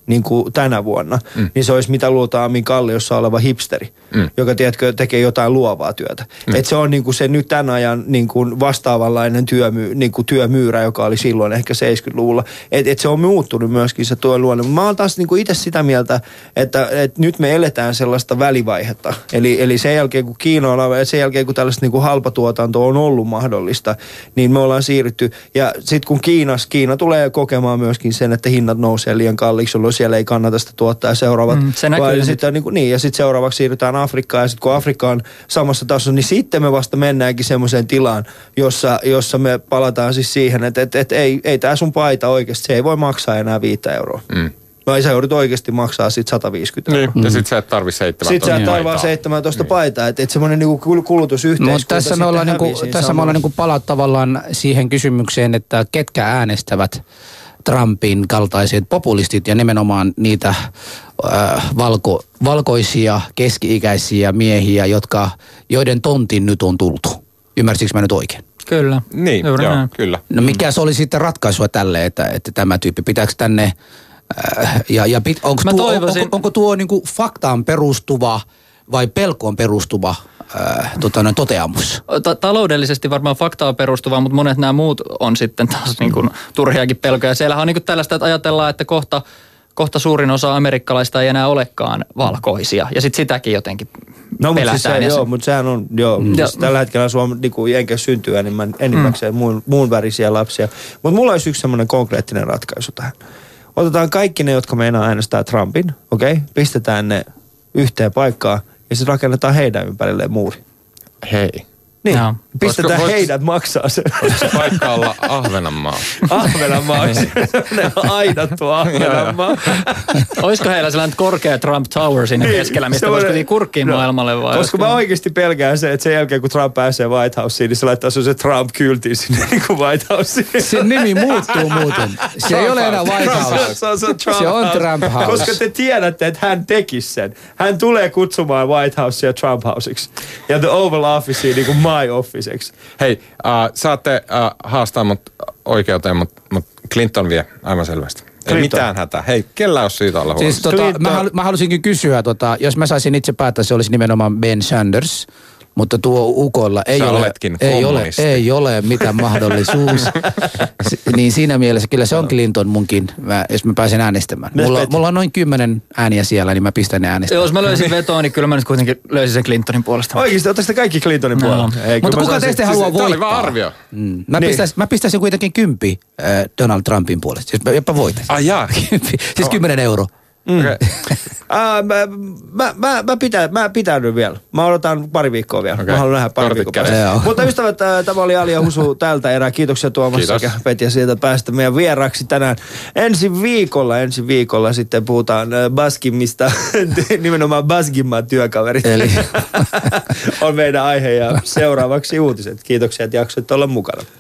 S1: niin kuin tänä vuonna, niin se olisi mitä luultavammin Kalliossa oleva hipsteri, joka tiedätkö, tekee jotain luovaa työtä. Että se on niin kuin se nyt tämän ajan niin kuin vastaavanlainen työmyyrä, joka oli silloin ehkä 70-luvulla. Että se on muuttunut myöskin se tuo luonne. Mä oon taas niin kuin itse sitä mieltä, että nyt me eletään sellaista välivaihetta. Eli sen jälkeen kun sen jälkeen kun tällaista niin kuin halpatuotantoa on ollut mahdollista, niin me ollaan siirrytty. Ja sitten kun Kiina tulee kokemaan myöskin sen, että hinnat nousee liian kalliiksi, jolloin siellä ei kannata sitä tuottaa ja seuraavat.
S4: Se näkyy.
S1: Ja sitten seuraavaksi siirrytään Afrikkaan ja sitten kun Afrikka on samassa tasossa, niin sitten me vasta mennäänkin semmoiseen tilaan, jossa me palataan siis siihen, että ei tämä sun paita oikeasti, se ei voi maksaa enää 5 euroa. Vai sä joudut oikeasti maksaa sit 150 euroa.
S5: Ja sit sä et tarvi 17
S1: Sitten sä et tarvaa 17 paitaa. Että semmoinen niinku kulutusyhteiskunta.
S3: Mutta tässä me ollaan niinku palat tavallaan siihen kysymykseen, että ketkä äänestävät Trumpin kaltaiset populistit ja nimenomaan niitä valkoisia keski-ikäisiä miehiä, joiden tontin nyt on tultu. Ymmärsikö mä nyt oikein?
S4: Kyllä.
S5: Niin, joo, kyllä.
S3: No mikä se oli sitten ratkaisua tälle, että tämä tyyppi pitääkö tänne onko tuo niinku faktaan perustuva vai pelkoon perustuva toteamus?
S4: Taloudellisesti varmaan faktaan perustuva, mutta monet nämä muut on sitten taas niin kuin turhiakin pelkoja. Siellähän on niin kuin tällaista, että ajatellaan, että kohta suurin osa amerikkalaista ei enää olekaan valkoisia. Ja sitten sitäkin jotenkin pelätään.
S1: Mutta sehän on, tällä hetkellä Suomen niin Jenkeissä syntyy enimmäkseen muun värisiä lapsia. Mutta mulla olisi yksi semmoinen konkreettinen ratkaisu tähän. Otetaan kaikki ne, jotka meinaa äänestää Trumpin, okei? Pistetään ne yhteen paikkaan ja sitten rakennetaan heidän ympärilleen muuri.
S5: Hei.
S1: Niin, pistetään heidät maksaa se.
S5: Voisiko se paikka olla Ahvenanmaa?
S1: Ahvenanmaa, aidattu Ahvenanmaa.
S4: Olisiko heillä sellainen korkea Trump Tower sinne keskellä, mistä voisi kuitenkin kurkkiin maailmalle vai?
S1: Koska mä oikeasti pelkään se, että sen jälkeen kun Trump pääsee White Houseen, niin se laittaa se Trump-kyltiin sinne niin kuin White Houseen.
S3: Se nimi muuttuu muuten. Se ei ole enää White House. Se on Trump House.
S1: Koska te tiedätte, että hän tekisi sen. Hän tulee kutsumaan White Housea Trump Houseiksi. Ja The Oval Officea niin kuin my officeiksi.
S5: Hei, saatte haastaa mut oikeuteen, mutta Clinton vie aivan selvästi. Ei mitään hätää. Hei, kellä olisi siitä olla huolissa?
S3: Siis mä halusinkin kysyä, jos mä saisin itse päättää, se olisi nimenomaan Ben Sanders. Mutta tuo ukolla ei ole mitään mahdollisuus. Niin siinä mielessä kyllä se on Clinton munkin, jos mä pääsen äänestämään. Mulla on noin 10 ääniä siellä, niin mä pistän ne äänestämään.
S4: Jos mä löysin vetoa, niin kyllä mä nyt kuitenkin löysin sen Clintonin puolesta.
S1: Oikeasti, ottaisitte kaikki Clintonin puolesta?
S3: Mutta kuka teistä haluaa voittaa?
S5: Tämä oli vaan arvio.
S3: Mä pistäisin kuitenkin 10 Donald Trumpin puolesta, jos jopa voitaisin.
S5: Ai jaa.
S3: Siis 10 euroa.
S5: Okay.
S1: Mä pitäydyn vielä. Mä odotan pari viikkoa vielä. Mä haluan nähdä pari viikkoa päästä. Mutta ystävät, tämä oli Ali ja Husu tältä erää. Kiitoksia Tuomas sekä Petja siitä päästä meidän vieraksi tänään. Ensi viikolla sitten puhutaan Baskimista, nimenomaan Baskimman työkaverit. Eli on meidän aihe ja seuraavaksi uutiset. Kiitoksia, että jaksoitte olla mukana.